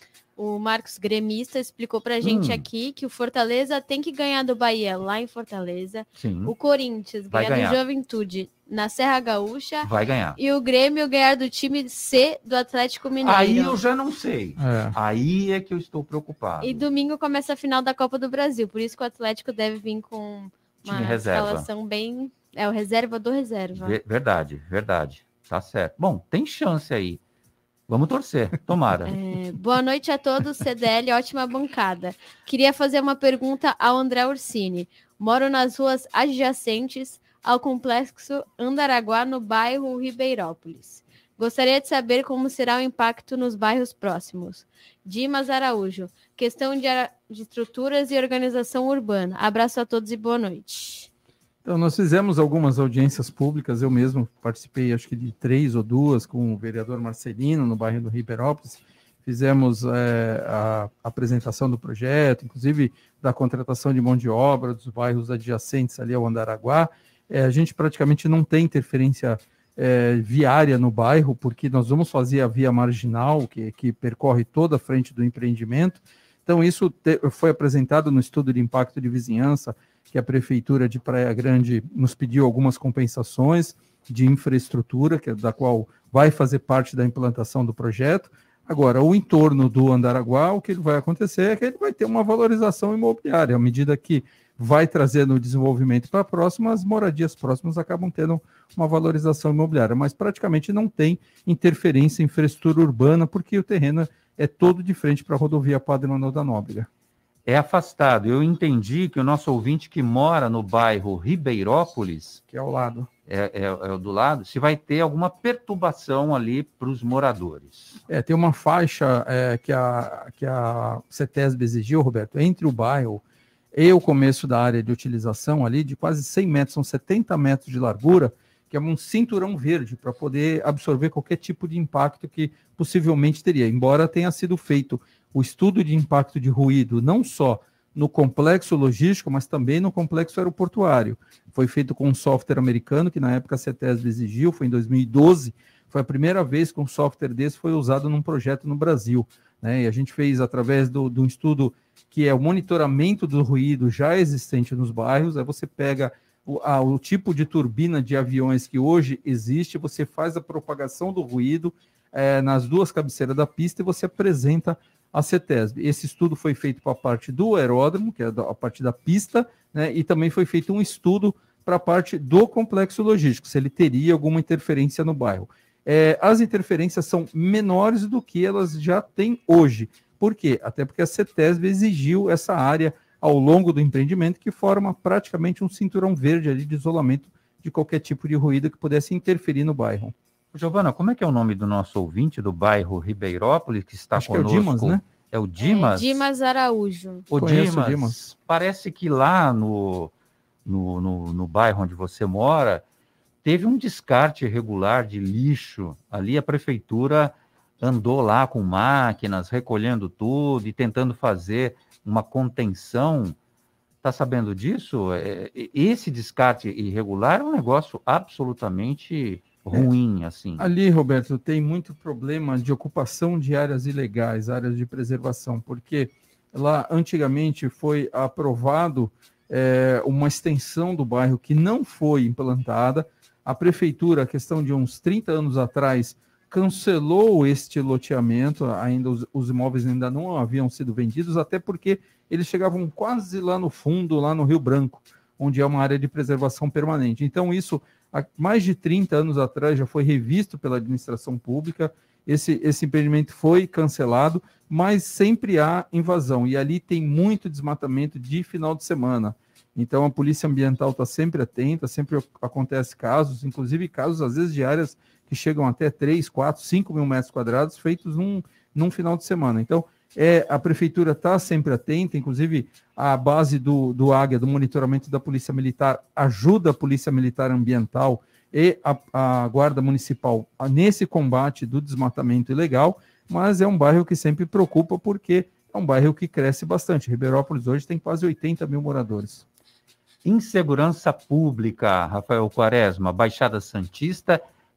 O Marcos Gremista explicou pra gente Hum. aqui que o Fortaleza tem que ganhar do Bahia lá em Fortaleza. Sim. O Corinthians Vai ganhar ganhar. do Juventude na Serra Gaúcha. Vai ganhar. E o Grêmio ganhar do time C do Atlético Mineiro. Aí eu já não sei. É. Aí é que eu estou preocupado. E domingo começa a final da Copa do Brasil. Por isso que o Atlético deve vir com uma Time reserva. escalação bem... É o reserva do reserva. Ver- Verdade, verdade. Tá certo. Bom, tem chance aí. Vamos torcer, tomara. É, boa noite a todos, C D L, ótima bancada. Queria fazer uma pergunta ao André Ursini. Moro nas ruas adjacentes ao complexo Andaraguá, no bairro Ribeirópolis. Gostaria de saber como será o impacto nos bairros próximos. Dimas Araújo, questão de, ara- de estruturas e organização urbana. Abraço a todos e boa noite. Então, nós fizemos algumas audiências públicas, eu mesmo participei, acho que de três ou duas, com o vereador Marcelino, no bairro do Ribeirópolis. Fizemos é, a apresentação do projeto, inclusive da contratação de mão de obra dos bairros adjacentes ali ao Andaraguá. É, a gente praticamente não tem interferência é, viária no bairro, porque nós vamos fazer a via marginal, que, que percorre toda a frente do empreendimento. Então, isso te, foi apresentado no estudo de impacto de vizinhança, que a Prefeitura de Praia Grande nos pediu algumas compensações de infraestrutura, que é da qual vai fazer parte da implantação do projeto. Agora, o entorno do Andaraguá, o que vai acontecer é que ele vai ter uma valorização imobiliária, à medida que vai trazendo o desenvolvimento para próximo, as moradias próximas acabam tendo uma valorização imobiliária, mas praticamente não tem interferência em infraestrutura urbana, porque o terreno é todo de frente para a rodovia Padre Manuel da Nóbrega. É afastado. Eu entendi que o nosso ouvinte que mora no bairro Ribeirópolis, que é ao lado, é, é, é o do lado, se vai ter alguma perturbação ali para os moradores. É, tem uma faixa é, que a, que a CETESB exigiu, Roberto, entre o bairro e o começo da área de utilização ali, de quase cem metros, são setenta metros de largura, que é um cinturão verde para poder absorver qualquer tipo de impacto que possivelmente teria, embora tenha sido feito o estudo de impacto de ruído, não só no complexo logístico, mas também no complexo aeroportuário. Foi feito com um software americano, que na época a CETESB exigiu, foi em dois mil e doze, foi a primeira vez que um software desse foi usado num projeto no Brasil, né? E a gente fez através do, do estudo que é o monitoramento do ruído já existente nos bairros, aí você pega o, a, o tipo de turbina de aviões que hoje existe, você faz a propagação do ruído é, nas duas cabeceiras da pista e você apresenta a CETESB. Esse estudo foi feito para a parte do aeródromo, que é a parte da pista, né, e também foi feito um estudo para a parte do complexo logístico, se ele teria alguma interferência no bairro. É, as interferências são menores do que elas já têm hoje. Por quê? Até porque a CETESB exigiu essa área ao longo do empreendimento, que forma praticamente um cinturão verde ali de isolamento de qualquer tipo de ruído que pudesse interferir no bairro. Giovana, como é que é o nome do nosso ouvinte do bairro Ribeirópolis, que está Acho conosco? que é o Dimas, né? É o Dimas? É, Dimas Araújo. O Conheço Dimas, o Dimas. parece que lá no, no, no, no bairro onde você mora, teve um descarte irregular de lixo. Ali a prefeitura andou lá com máquinas, recolhendo tudo e tentando fazer uma contenção. Está sabendo disso? É, esse descarte irregular é um negócio absolutamente ruim, assim. Ali, Roberto, tem muito problema de ocupação de áreas ilegais, áreas de preservação, porque lá antigamente foi aprovado é, uma extensão do bairro que não foi implantada. A prefeitura, a questão de uns trinta anos atrás, cancelou este loteamento, ainda os, os imóveis ainda não haviam sido vendidos, até porque eles chegavam quase lá no fundo, lá no Rio Branco, onde é uma área de preservação permanente. Então, isso, há mais de trinta anos atrás, já foi revisto pela administração pública, esse, esse empreendimento foi cancelado, mas sempre há invasão, e ali tem muito desmatamento de final de semana. Então, a Polícia Ambiental está sempre atenta, sempre acontece casos, inclusive casos, às vezes, de áreas que chegam até três, quatro, cinco mil metros quadrados, feitos num, num final de semana. Então, é, a Prefeitura está sempre atenta, inclusive a base do, do Águia, do monitoramento da Polícia Militar, ajuda a Polícia Militar Ambiental e a, a Guarda Municipal nesse combate do desmatamento ilegal, mas é um bairro que sempre preocupa porque é um bairro que cresce bastante. Ribeirópolis hoje tem quase oitenta mil moradores. Insegurança pública, Rafael Quaresma, Baixada Santista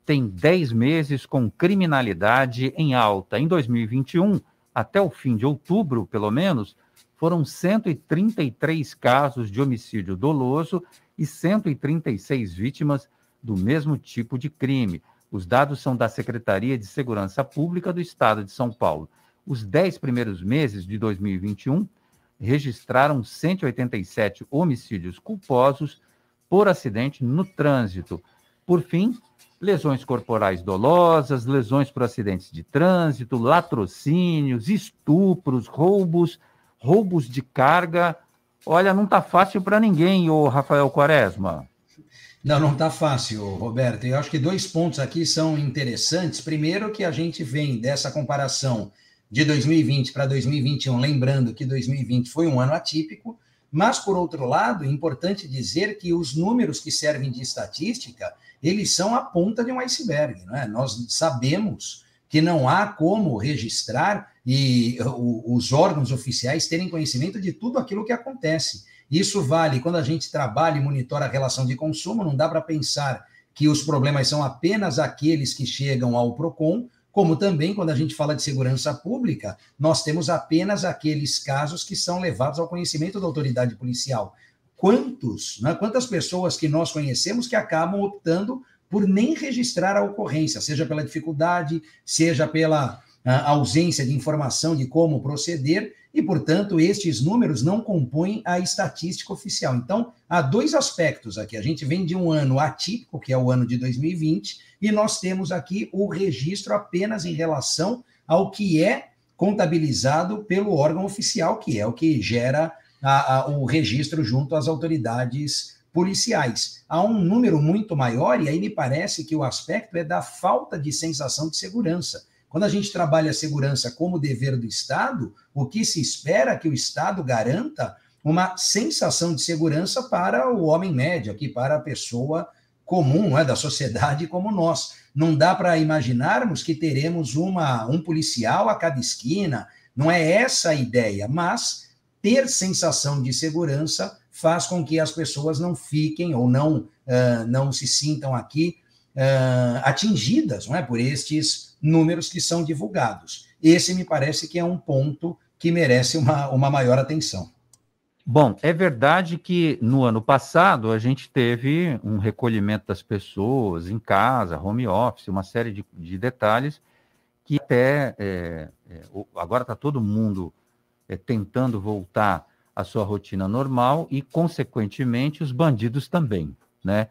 tem dez meses com criminalidade em alta. Em dois mil e vinte e um, até o fim de outubro, pelo menos, foram cento e trinta e três casos de homicídio doloso e cento e trinta e seis vítimas do mesmo tipo de crime. Os dados são da Secretaria de Segurança Pública do Estado de São Paulo. Os dez primeiros meses de dois mil e vinte e um registraram cento e oitenta e sete homicídios culposos por acidente no trânsito. Por fim, lesões corporais dolosas, lesões por acidentes de trânsito, latrocínios, estupros, roubos, roubos de carga. Olha, não está fácil para ninguém, ô Rafael Quaresma. Não, não está fácil, Roberto. Eu acho que dois pontos aqui são interessantes. Primeiro, que a gente vem dessa comparação de dois mil e vinte para dois mil e vinte e um, lembrando que dois mil e vinte foi um ano atípico, mas, por outro lado, é importante dizer que os números que servem de estatística, eles são a ponta de um iceberg, não é? Nós sabemos que não há como registrar e os órgãos oficiais terem conhecimento de tudo aquilo que acontece. Isso vale quando a gente trabalha e monitora a relação de consumo, não dá para pensar que os problemas são apenas aqueles que chegam ao PROCON, como também quando a gente fala de segurança pública, nós temos apenas aqueles casos que são levados ao conhecimento da autoridade policial. Quantos, né, quantas pessoas que nós conhecemos que acabam optando por nem registrar a ocorrência, seja pela dificuldade, seja pela a, ausência de informação de como proceder, e, portanto, estes números não compõem a estatística oficial. Então, há dois aspectos aqui. A gente vem de um ano atípico, que é o ano de dois mil e vinte, e nós temos aqui o registro apenas em relação ao que é contabilizado pelo órgão oficial, que é o que gera a, a, o registro junto às autoridades policiais. Há um número muito maior, e aí me parece que o aspecto é da falta de sensação de segurança. Quando a gente trabalha a segurança como dever do Estado, o que se espera é que o Estado garanta uma sensação de segurança para o homem médio, aqui para a pessoa comum, não é, da sociedade como nós. Não dá para imaginarmos que teremos uma, um policial a cada esquina, não é essa a ideia, mas ter sensação de segurança faz com que as pessoas não fiquem ou não, uh, não se sintam aqui uh, atingidas, não é, por estes números que são divulgados. Esse me parece que é um ponto que merece uma, uma maior atenção. Bom, é verdade que no ano passado a gente teve um recolhimento das pessoas em casa, home office, uma série de, de detalhes que até é, é, agora está todo mundo é, tentando voltar à sua rotina normal e, consequentemente, os bandidos também, né?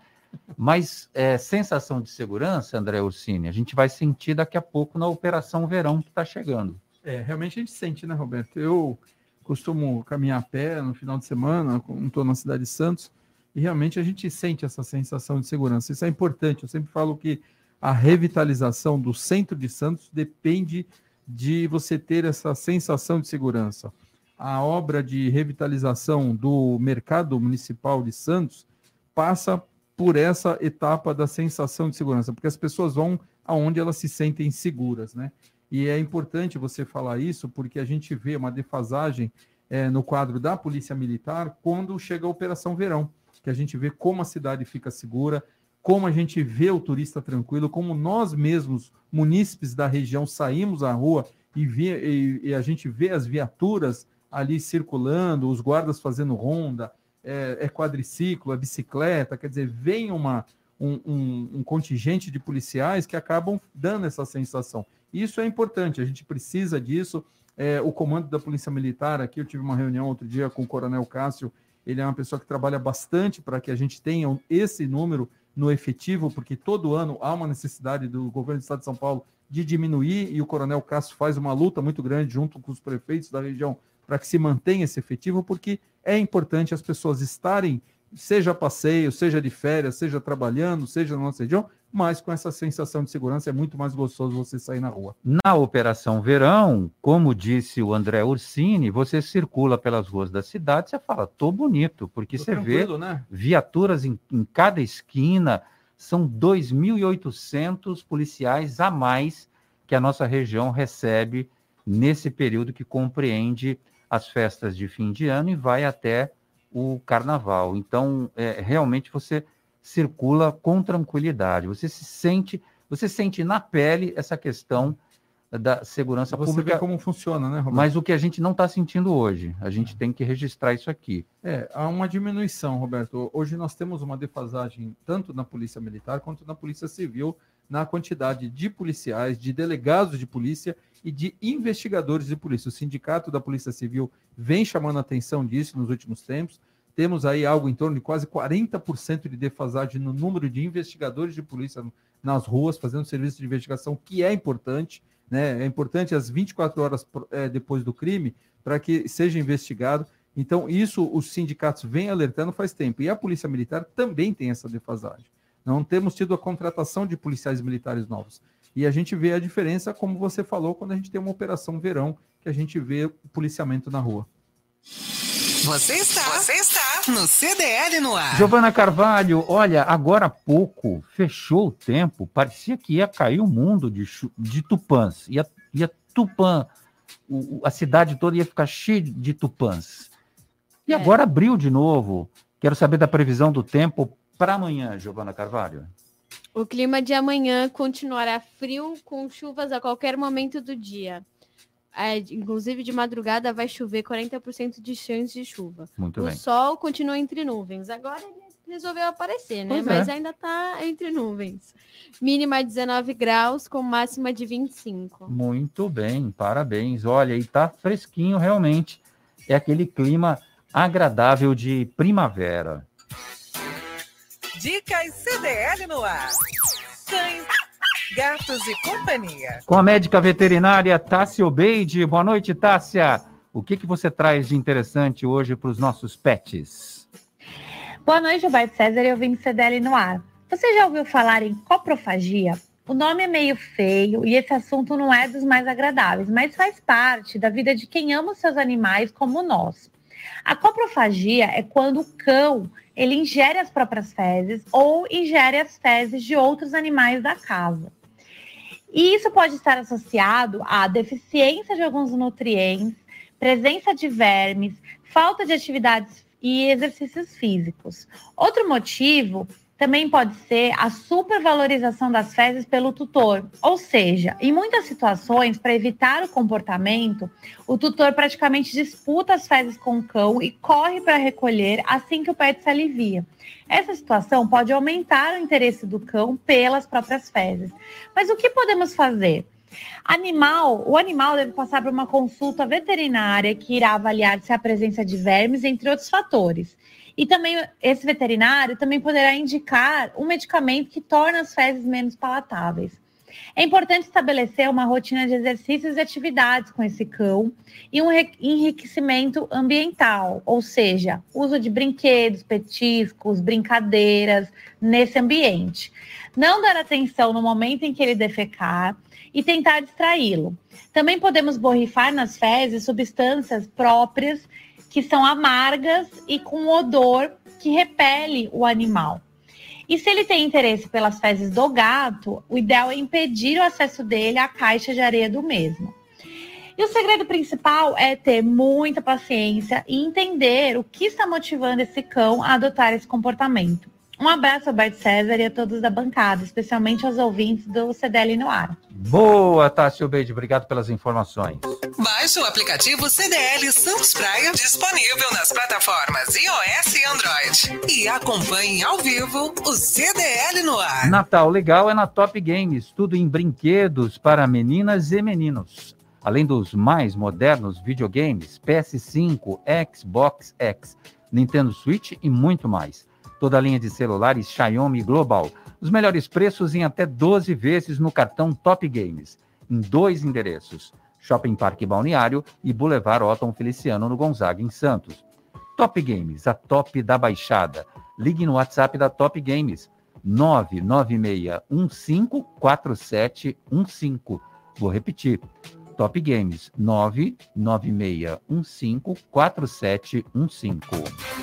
Mas é, sensação de segurança, André Ursini, a gente vai sentir daqui a pouco na Operação Verão que está chegando. É, realmente a gente sente, né, Roberto? Eu costumo caminhar a pé no final de semana, estou na cidade de Santos, e realmente a gente sente essa sensação de segurança. Isso é importante. Eu sempre falo que a revitalização do centro de Santos depende de você ter essa sensação de segurança. A obra de revitalização do mercado municipal de Santos passa por essa etapa da sensação de segurança, porque as pessoas vão aonde elas se sentem seguras, né? E é importante você falar isso, porque a gente vê uma defasagem é, no quadro da Polícia Militar quando chega a Operação Verão, que a gente vê como a cidade fica segura, como a gente vê o turista tranquilo, como nós mesmos, munícipes da região, saímos à rua e, vê, e, e a gente vê as viaturas ali circulando, os guardas fazendo ronda, é, é quadriciclo, é bicicleta, quer dizer, vem uma, um, um, um contingente de policiais que acabam dando essa sensação. Isso é importante, a gente precisa disso. É, o comando da Polícia Militar, aqui eu tive uma reunião outro dia com o Coronel Cássio, ele é uma pessoa que trabalha bastante para que a gente tenha esse número no efetivo, porque todo ano há uma necessidade do governo do Estado de São Paulo de diminuir, e o Coronel Cássio faz uma luta muito grande junto com os prefeitos da região para que se mantenha esse efetivo, porque é importante as pessoas estarem, seja a passeio, seja de férias, seja trabalhando, seja na nossa região, mas com essa sensação de segurança é muito mais gostoso você sair na rua. Na Operação Verão, como disse o André Ursini, você circula pelas ruas da cidade, você fala, tô bonito, porque tô você vê, né, viaturas em, em cada esquina, são dois mil e oitocentos policiais a mais que a nossa região recebe nesse período que compreende as festas de fim de ano e vai até o carnaval. Então, é, realmente você circula com tranquilidade, você se sente você sente na pele essa questão da segurança Você pública. vê como funciona, né, Roberto? Mas o que a gente não está sentindo hoje, a gente tem que registrar isso aqui. É, há uma diminuição, Roberto. Hoje nós temos uma defasagem tanto na Polícia Militar quanto na Polícia Civil, na quantidade de policiais, de delegados de polícia e de investigadores de polícia. O Sindicato da Polícia Civil vem chamando a atenção disso nos últimos tempos. Temos aí algo em torno de quase quarenta por cento de defasagem no número de investigadores de polícia nas ruas, fazendo serviço de investigação, que é importante. Né? É importante às vinte e quatro horas é, depois do crime para que seja investigado. Então, isso os sindicatos vêm alertando faz tempo. E a Polícia Militar também tem essa defasagem. Não temos tido a contratação de policiais militares novos. E a gente vê a diferença, como você falou, quando a gente tem uma operação verão, que a gente vê o policiamento na rua. Você está, você está no C D L no ar. Giovana Carvalho, olha, agora há pouco fechou o tempo, parecia que ia cair o mundo de, de tupãs, ia, ia tupã, o, a cidade toda ia ficar cheia de tupãs. E é. agora abriu de novo. Quero saber da previsão do tempo para amanhã, Giovana Carvalho. O clima de amanhã continuará frio, com chuvas a qualquer momento do dia. É, inclusive, de madrugada vai chover quarenta por cento de chance de chuva. Muito o bem. sol continua entre nuvens. Agora ele resolveu aparecer, né? Pois Mas é. ainda está entre nuvens. Mínima dezenove graus, com máxima de vinte e cinco. Muito bem, parabéns. Olha, e tá fresquinho realmente. É aquele clima agradável de primavera. Dicas C D L no ar. Cães, gatos e companhia. Com a médica veterinária Tássia Obeide. Boa noite, Tássia. O que, que você traz de interessante hoje para os nossos pets? Boa noite, Roberto César e ouvindo C D L no ar. Você já ouviu falar em coprofagia? O nome é meio feio e esse assunto não é dos mais agradáveis, mas faz parte da vida de quem ama os seus animais como nós. A coprofagia é quando o cão ele ingere as próprias fezes ou ingere as fezes de outros animais da casa. E isso pode estar associado à deficiência de alguns nutrientes, presença de vermes, falta de atividades e exercícios físicos. Outro motivo também pode ser a supervalorização das fezes pelo tutor. Ou seja, em muitas situações, para evitar o comportamento, o tutor praticamente disputa as fezes com o cão e corre para recolher assim que o pet se alivia. Essa situação pode aumentar o interesse do cão pelas próprias fezes. Mas o que podemos fazer? Animal, o animal deve passar por uma consulta veterinária que irá avaliar se há presença de vermes, entre outros fatores. E também esse veterinário também poderá indicar um medicamento que torna as fezes menos palatáveis. É importante estabelecer uma rotina de exercícios e atividades com esse cão e um enriquecimento ambiental, ou seja, uso de brinquedos, petiscos, brincadeiras nesse ambiente. Não dar atenção no momento em que ele defecar e tentar distraí-lo. Também podemos borrifar nas fezes substâncias próprias que são amargas e com odor que repele o animal. E se ele tem interesse pelas fezes do gato, o ideal é impedir o acesso dele à caixa de areia do mesmo. E o segredo principal é ter muita paciência e entender o que está motivando esse cão a adotar esse comportamento. Um abraço ao Bart César e a todos da bancada, especialmente aos ouvintes do C D L no ar. Boa, Tássia Obeide, obrigado pelas informações. Baixe o aplicativo C D L Santos Praia, disponível nas plataformas iOS e Android. E acompanhe ao vivo o C D L no ar. Natal legal é na Top Games, tudo em brinquedos para meninas e meninos. Além dos mais modernos videogames, P S cinco, Xbox X, Nintendo Switch e muito mais. Toda a linha de celulares Xiaomi Global. Os melhores preços em até doze vezes no cartão Top Games. Em dois endereços. Shopping Parque Balneário e Boulevard Otton Feliciano no Gonzaga, em Santos. Top Games, a top da Baixada. Ligue no WhatsApp da Top Games. nove nove seis um cinco quatro sete um cinco. Vou repetir. Top Games, nove nove seis um cinco quatro sete um cinco.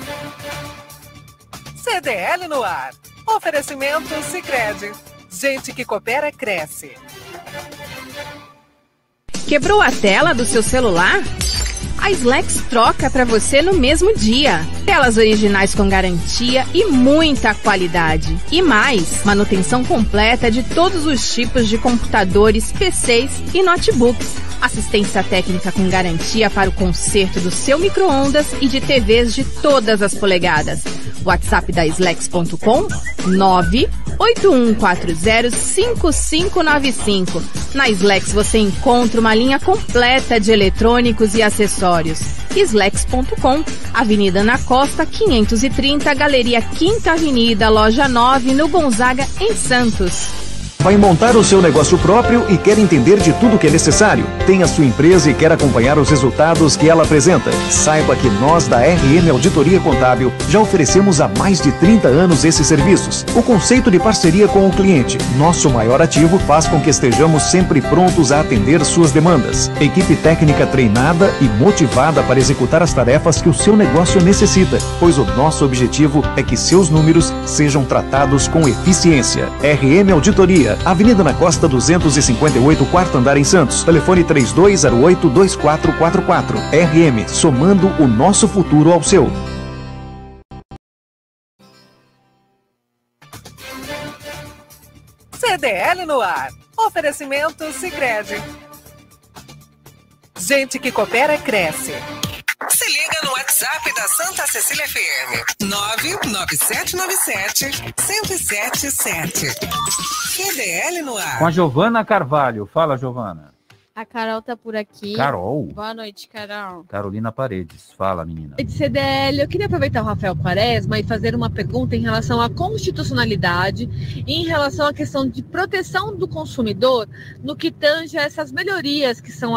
C D L no ar. Oferecimento Sicredi. Gente que coopera, cresce. Quebrou a tela do seu celular? A Slex troca para você no mesmo dia. Telas originais com garantia e muita qualidade. E mais, manutenção completa de todos os tipos de computadores, P Cs e notebooks. Assistência técnica com garantia para o conserto do seu micro-ondas e de T Vs de todas as polegadas. WhatsApp da Slex ponto com nove oito um quatro zero cinco cinco nove cinco. Na Slex você encontra uma linha completa de eletrônicos e acessórios. Slex ponto com, Avenida Ana Costa, quinhentos e trinta, Galeria Quinta Avenida, Loja nove, no Gonzaga, em Santos. Vai montar o seu negócio próprio e quer entender de tudo que é necessário? Tem a sua empresa e quer acompanhar os resultados que ela apresenta? Saiba que nós da R M Auditoria Contábil já oferecemos há mais de trinta anos esses serviços. O conceito de parceria com o cliente, nosso maior ativo, faz com que estejamos sempre prontos a atender suas demandas. Equipe técnica treinada e motivada para executar as tarefas que o seu negócio necessita, pois o nosso objetivo é que seus números sejam tratados com eficiência. R M Auditoria, Avenida na Costa duzentos e cinquenta e oito, quarto andar em Santos. Telefone três dois zero oito, dois quatro quatro quatro. R M, somando o nosso futuro ao seu. C D L no ar. Oferecimento Sicredi. Gente que coopera, cresce. Se liga no WhatsApp da Santa Cecília F M. nove nove sete nove sete, zero zero sete sete. C D L no ar. Com a Giovana Carvalho. Fala, Giovana. A Carol tá por aqui. Carol? Boa noite, Carol. Carolina Paredes. Fala, menina. De C D L, eu queria aproveitar o Rafael Quaresma e fazer uma pergunta em relação à constitucionalidade e em relação à questão de proteção do consumidor no que tange a essas melhorias que, são,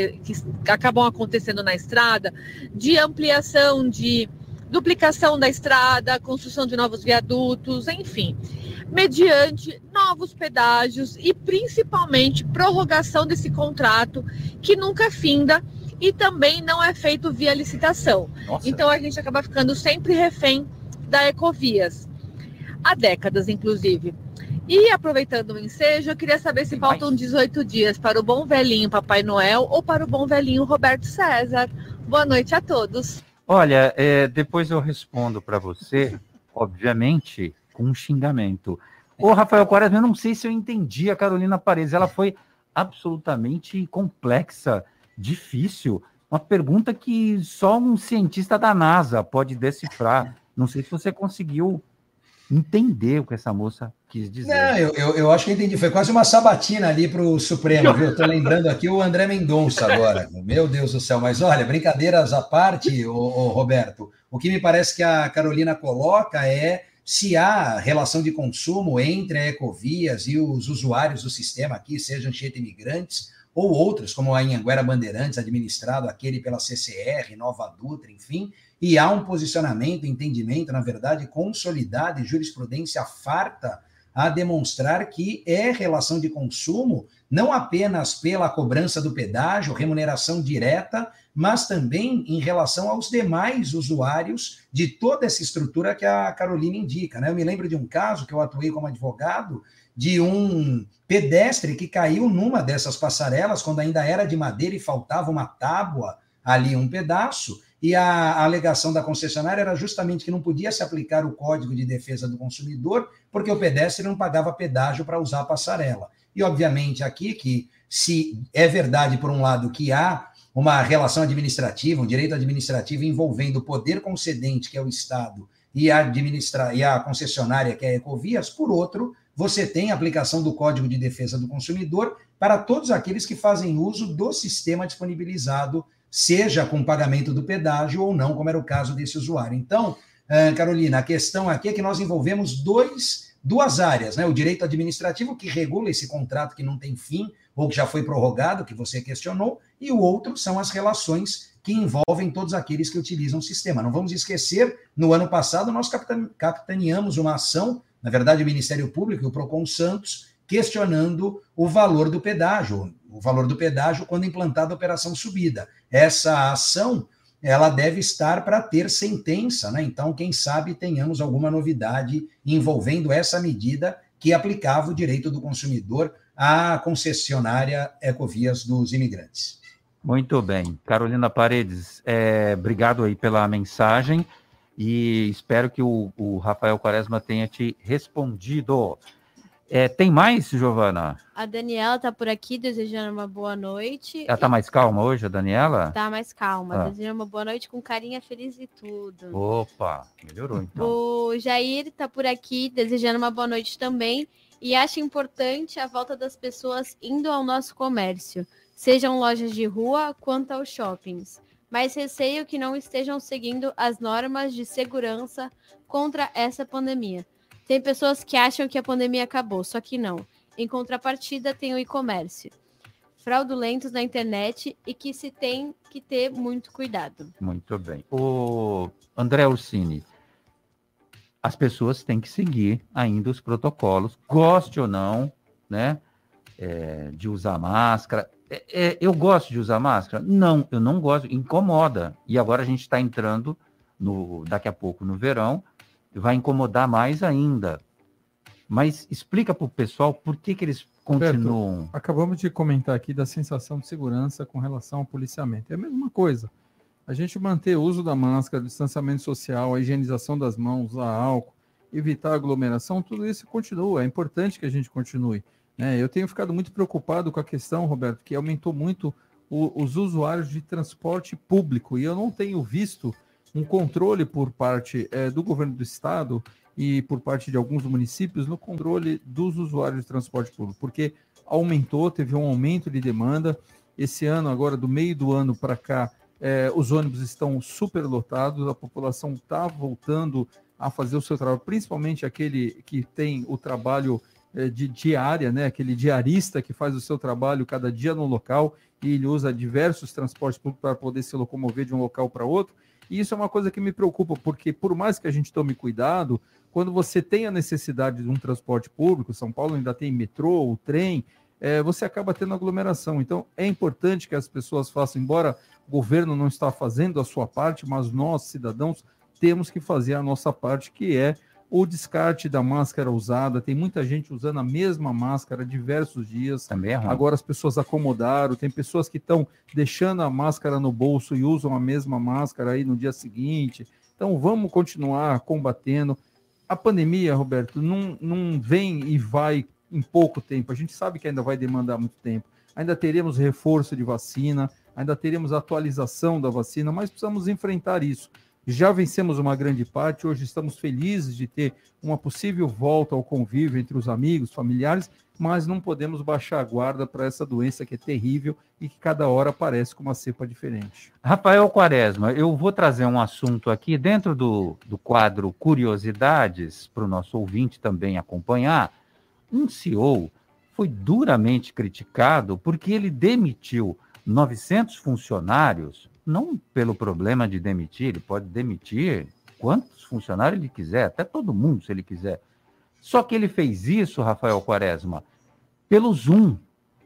que acabam acontecendo na estrada, de ampliação, de duplicação da estrada, construção de novos viadutos, enfim, mediante novos pedágios e principalmente prorrogação desse contrato que nunca finda e também não é feito via licitação. Nossa. Então a gente acaba ficando sempre refém da Ecovias, há décadas inclusive. E aproveitando o ensejo, eu queria saber se faltam dezoito dias para o bom velhinho Papai Noel ou para o bom velhinho Roberto César. Boa noite a todos. Olha, é, depois eu respondo para você, obviamente, com um xingamento. Ô, Rafael Quaresma, eu não sei se eu entendi a Carolina Paredes. Ela foi absolutamente complexa, difícil. Uma pergunta que só um cientista da NASA pode decifrar. Não sei se você conseguiu entender o que essa moça quis dizer. Não, eu, eu, eu acho que eu entendi. Foi quase uma sabatina ali para o Supremo, viu? Estou lembrando aqui o André Mendonça agora. Meu Deus do céu. Mas olha, brincadeiras à parte, ô, ô, Roberto, o que me parece que a Carolina coloca é se há relação de consumo entre a Ecovias e os usuários do sistema aqui, sejam Anchieta Imigrantes ou outros, como a Anhanguera Bandeirantes, administrado aquele pela C C R, Nova Dutra, enfim, e há um posicionamento, entendimento, na verdade, consolidado e jurisprudência farta a demonstrar que é relação de consumo, não apenas pela cobrança do pedágio, remuneração direta, mas também em relação aos demais usuários de toda essa estrutura que a Carolina indica, né? Eu me lembro de um caso que eu atuei como advogado, de um pedestre que caiu numa dessas passarelas, quando ainda era de madeira e faltava uma tábua ali, um pedaço, e a, a alegação da concessionária era justamente que não podia se aplicar o Código de Defesa do Consumidor, porque o pedestre não pagava pedágio para usar a passarela. E, obviamente, aqui que se é verdade, por um lado, que há uma relação administrativa, um direito administrativo envolvendo o poder concedente, que é o Estado, e a, administra... e a concessionária, que é a Ecovias, por outro, você tem a aplicação do Código de Defesa do Consumidor para todos aqueles que fazem uso do sistema disponibilizado, seja com pagamento do pedágio ou não, como era o caso desse usuário. Então, Carolina, a questão aqui é que nós envolvemos dois, duas áreas, né? O direito administrativo, que regula esse contrato que não tem fim, ou que já foi prorrogado, que você questionou, e o outro são as relações que envolvem todos aqueles que utilizam o sistema. Não vamos esquecer, no ano passado, nós capitaneamos uma ação, na verdade, o Ministério Público e o Procon Santos, questionando o valor do pedágio, o valor do pedágio quando implantada a operação subida. Essa ação, ela deve estar para ter sentença, né? Então, quem sabe tenhamos alguma novidade envolvendo essa medida que aplicava o direito do consumidor à concessionária Ecovias dos Imigrantes. Muito bem. Carolina Paredes, é, obrigado aí pela mensagem e espero que o, o Rafael Quaresma tenha te respondido. É, tem mais, Giovana? A Daniela tá por aqui desejando uma boa noite. Ela tá mais calma hoje, a Daniela? Tá mais calma, Ah. desejando uma boa noite com carinha feliz e tudo. Opa, melhorou então. O Jair tá por aqui desejando uma boa noite também e acha importante a volta das pessoas indo ao nosso comércio, sejam lojas de rua quanto aos shoppings, mas receio que não estejam seguindo as normas de segurança contra essa pandemia. Tem pessoas que acham que a pandemia acabou, só que não. Em contrapartida, tem o e-comércio, fraudulentos na internet e que se tem que ter muito cuidado. Muito bem. O André Ursini, as pessoas têm que seguir ainda os protocolos, goste ou não, né, é, de usar máscara. É, é, eu gosto de usar máscara? Não, eu não gosto, incomoda. E agora a gente está entrando, no, daqui a pouco, no verão, vai incomodar mais ainda. Mas explica para o pessoal por que, que eles continuam. Roberto, acabamos de comentar aqui da sensação de segurança com relação ao policiamento. É a mesma coisa. A gente manter o uso da máscara, o distanciamento social, a higienização das mãos, usar álcool, evitar aglomeração, tudo isso continua. É importante que a gente continue. Né? Eu tenho ficado muito preocupado com a questão, Roberto, que aumentou muito o, os usuários de transporte público. E eu não tenho visto um controle por parte é, do governo do estado e por parte de alguns municípios no controle dos usuários de transporte público, porque aumentou, teve um aumento de demanda. Esse ano, agora, do meio do ano para cá, é, os ônibus estão superlotados, a população está voltando a fazer o seu trabalho, principalmente aquele que tem o trabalho é, de diária, né? Aquele diarista que faz o seu trabalho cada dia no local e ele usa diversos transportes públicos para poder se locomover de um local para outro. E isso é uma coisa que me preocupa, porque por mais que a gente tome cuidado, quando você tem a necessidade de um transporte público, São Paulo ainda tem metrô, o trem, é, você acaba tendo aglomeração. Então, é importante que as pessoas façam, embora o governo não está fazendo a sua parte, mas nós, cidadãos, temos que fazer a nossa parte, que é o descarte da máscara usada. Tem muita gente usando a mesma máscara diversos dias. Também é ruim. Agora as pessoas acomodaram, tem pessoas que estão deixando a máscara no bolso e usam a mesma máscara aí no dia seguinte. Então vamos continuar combatendo. A pandemia, Roberto, não, não vem e vai em pouco tempo. A gente sabe que ainda vai demandar muito tempo. Ainda teremos reforço de vacina, ainda teremos atualização da vacina, mas precisamos enfrentar isso. Já vencemos uma grande parte, hoje estamos felizes de ter uma possível volta ao convívio entre os amigos, familiares, mas não podemos baixar a guarda para essa doença que é terrível e que cada hora aparece com uma cepa diferente. Rafael Quaresma, eu vou trazer um assunto aqui dentro do, do quadro Curiosidades, para o nosso ouvinte também acompanhar. Um C E O foi duramente criticado porque ele demitiu novecentos funcionários, não pelo problema de demitir, ele pode demitir quantos funcionários ele quiser, até todo mundo, se ele quiser. Só que ele fez isso, Rafael Quaresma, pelo Zoom,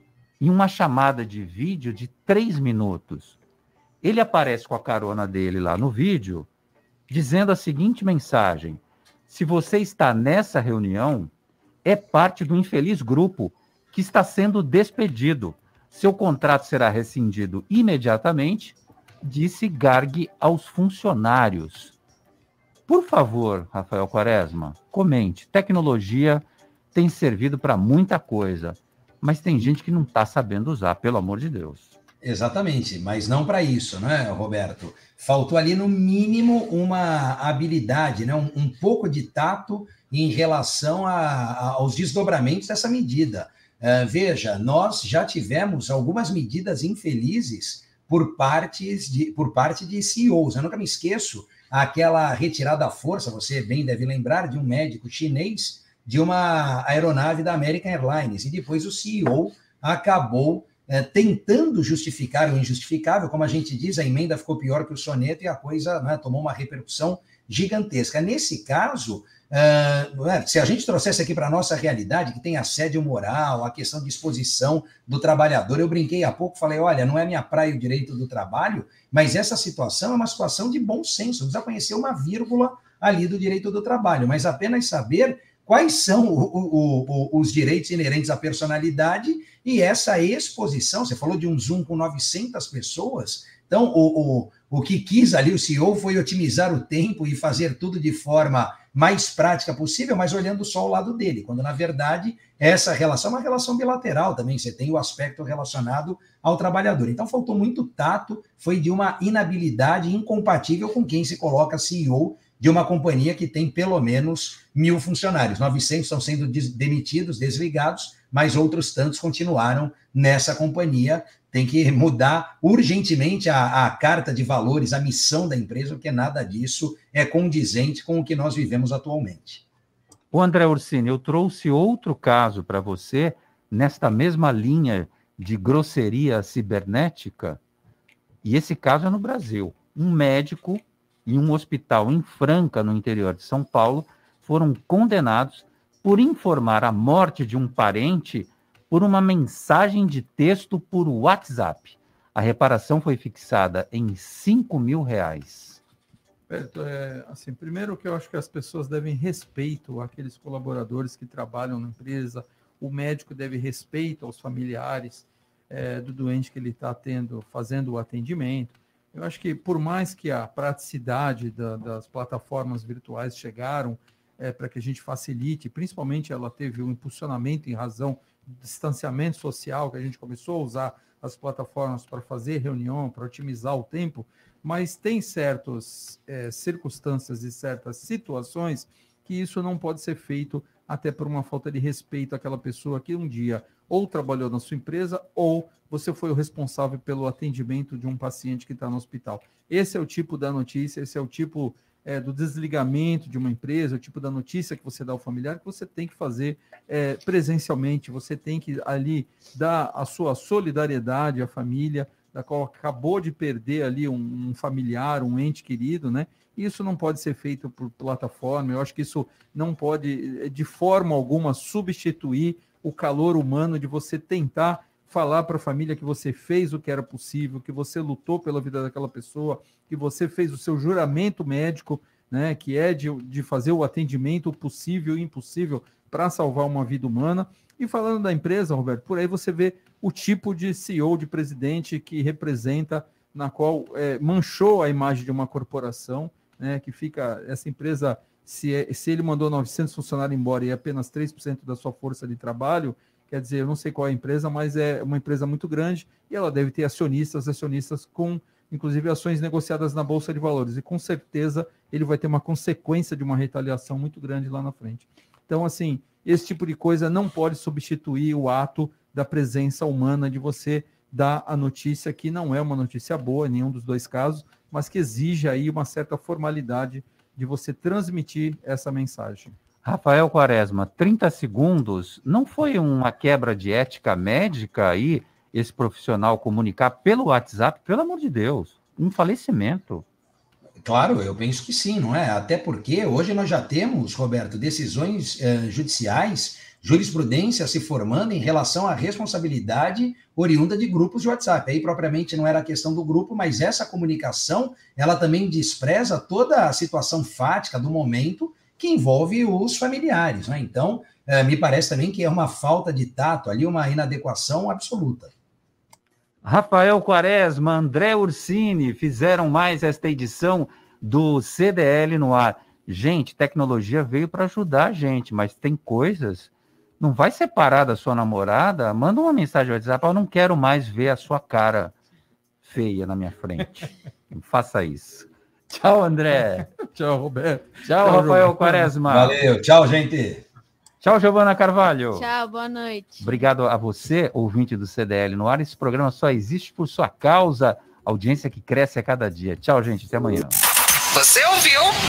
em uma chamada de vídeo de três minutos. Ele aparece com a carona dele lá no vídeo, dizendo a seguinte mensagem: se você está nessa reunião, é parte do infeliz grupo que está sendo despedido. Seu contrato será rescindido imediatamente, disse Garg aos funcionários. Por favor, Rafael Quaresma, comente. Tecnologia tem servido para muita coisa, mas tem gente que não está sabendo usar, pelo amor de Deus. Exatamente, mas não para isso, né, Roberto? Faltou ali, no mínimo, uma habilidade, né? um, um pouco de tato em relação a, a, aos desdobramentos dessa medida. Uh, veja, nós já tivemos algumas medidas infelizes por, partes de, por parte de C E Os. Eu nunca me esqueço aquela retirada à força, você bem deve lembrar, de um médico chinês de uma aeronave da American Airlines. E depois o C E O acabou é, tentando justificar o injustificável. Como a gente diz, a emenda ficou pior que o soneto e a coisa, né, tomou uma repercussão gigantesca. Nesse caso, uh, se a gente trouxesse aqui para a nossa realidade, que tem assédio moral, a questão de exposição do trabalhador, eu brinquei há pouco, falei, olha, não é minha praia o direito do trabalho, mas essa situação é uma situação de bom senso, não precisa conhecer uma vírgula ali do direito do trabalho, mas apenas saber quais são o, o, o, os direitos inerentes à personalidade e essa exposição. Você falou de um Zoom com novecentas pessoas, então o, o, o que quis ali o C E O foi otimizar o tempo e fazer tudo de forma mais prática possível, mas olhando só o lado dele, quando na verdade essa relação é uma relação bilateral também, você tem o aspecto relacionado ao trabalhador. Então faltou muito tato, foi de uma inabilidade incompatível com quem se coloca C E O de uma companhia que tem pelo menos mil funcionários. novecentos estão sendo demitidos, desligados, mas outros tantos continuaram nessa companhia. Tem que mudar urgentemente a, a carta de valores, a missão da empresa, porque nada disso é condizente com o que nós vivemos atualmente. O André Ursini, eu trouxe outro caso para você, nesta mesma linha de grosseria cibernética, e esse caso é no Brasil. Um médico em um hospital em Franca, no interior de São Paulo, foram condenados por informar a morte de um parente por uma mensagem de texto por WhatsApp. A reparação foi fixada em cinco mil reais. Beto, é, assim, primeiro que eu acho que as pessoas devem respeito àqueles colaboradores que trabalham na empresa, o médico deve respeito aos familiares é, do doente que ele está tendo, fazendo o atendimento. Eu acho que por mais que a praticidade da, das plataformas virtuais chegaram é, para que a gente facilite, principalmente ela teve um impulsionamento em razão do distanciamento social, que a gente começou a usar as plataformas para fazer reunião, para otimizar o tempo, mas tem certas é, circunstâncias e certas situações que isso não pode ser feito até por uma falta de respeito àquela pessoa que um dia ou trabalhou na sua empresa ou você foi o responsável pelo atendimento de um paciente que está no hospital. Esse é o tipo da notícia, esse é o tipo é, do desligamento de uma empresa, o tipo da notícia que você dá ao familiar que você tem que fazer é, presencialmente, você tem que ali dar a sua solidariedade à família, da qual acabou de perder ali um, um familiar, um ente querido, né? Isso não pode ser feito por plataforma, eu acho que isso não pode, de forma alguma, substituir o calor humano de você tentar falar para a família que você fez o que era possível, que você lutou pela vida daquela pessoa, que você fez o seu juramento médico, né, que é de, de fazer o atendimento possível e impossível para salvar uma vida humana. E falando da empresa, Roberto, por aí você vê o tipo de C E O, de presidente que representa, na qual é, manchou a imagem de uma corporação, né, que fica, essa empresa, se, é, se ele mandou novecentos funcionários embora e apenas três por cento da sua força de trabalho, quer dizer, eu não sei qual é a empresa, mas é uma empresa muito grande e ela deve ter acionistas, acionistas com, inclusive, ações negociadas na Bolsa de Valores. E, com certeza, ele vai ter uma consequência de uma retaliação muito grande lá na frente. Então, assim, esse tipo de coisa não pode substituir o ato da presença humana de você dar a notícia que não é uma notícia boa em nenhum dos dois casos, mas que exige aí uma certa formalidade de você transmitir essa mensagem. Rafael Quaresma, trinta segundos, não foi uma quebra de ética médica aí, esse profissional comunicar pelo WhatsApp, pelo amor de Deus, um falecimento? Claro, eu penso que sim, não é? Até porque hoje nós já temos, Roberto, decisões eh, judiciais, jurisprudência se formando em relação à responsabilidade oriunda de grupos de WhatsApp. Aí propriamente não era a questão do grupo, mas essa comunicação, ela também despreza toda a situação fática do momento que envolve os familiares, né? Então, eh, me parece também que é uma falta de tato ali, uma inadequação absoluta. Rafael Quaresma, André Ursini fizeram mais esta edição do C D L no ar. Gente, tecnologia veio para ajudar a gente, mas tem coisas... Não vai separar da sua namorada? Manda uma mensagem no WhatsApp, eu não quero mais ver a sua cara feia na minha frente. Não faça isso. Tchau, André. Tchau, Roberto. Tchau, tchau Rafael Roberto. Quaresma. Valeu, tchau, gente. Tchau, Giovana Carvalho. Tchau, boa noite. Obrigado a você, ouvinte do C D L no ar. Esse programa só existe por sua causa, audiência que cresce a cada dia. Tchau, gente, até amanhã. Você ouviu?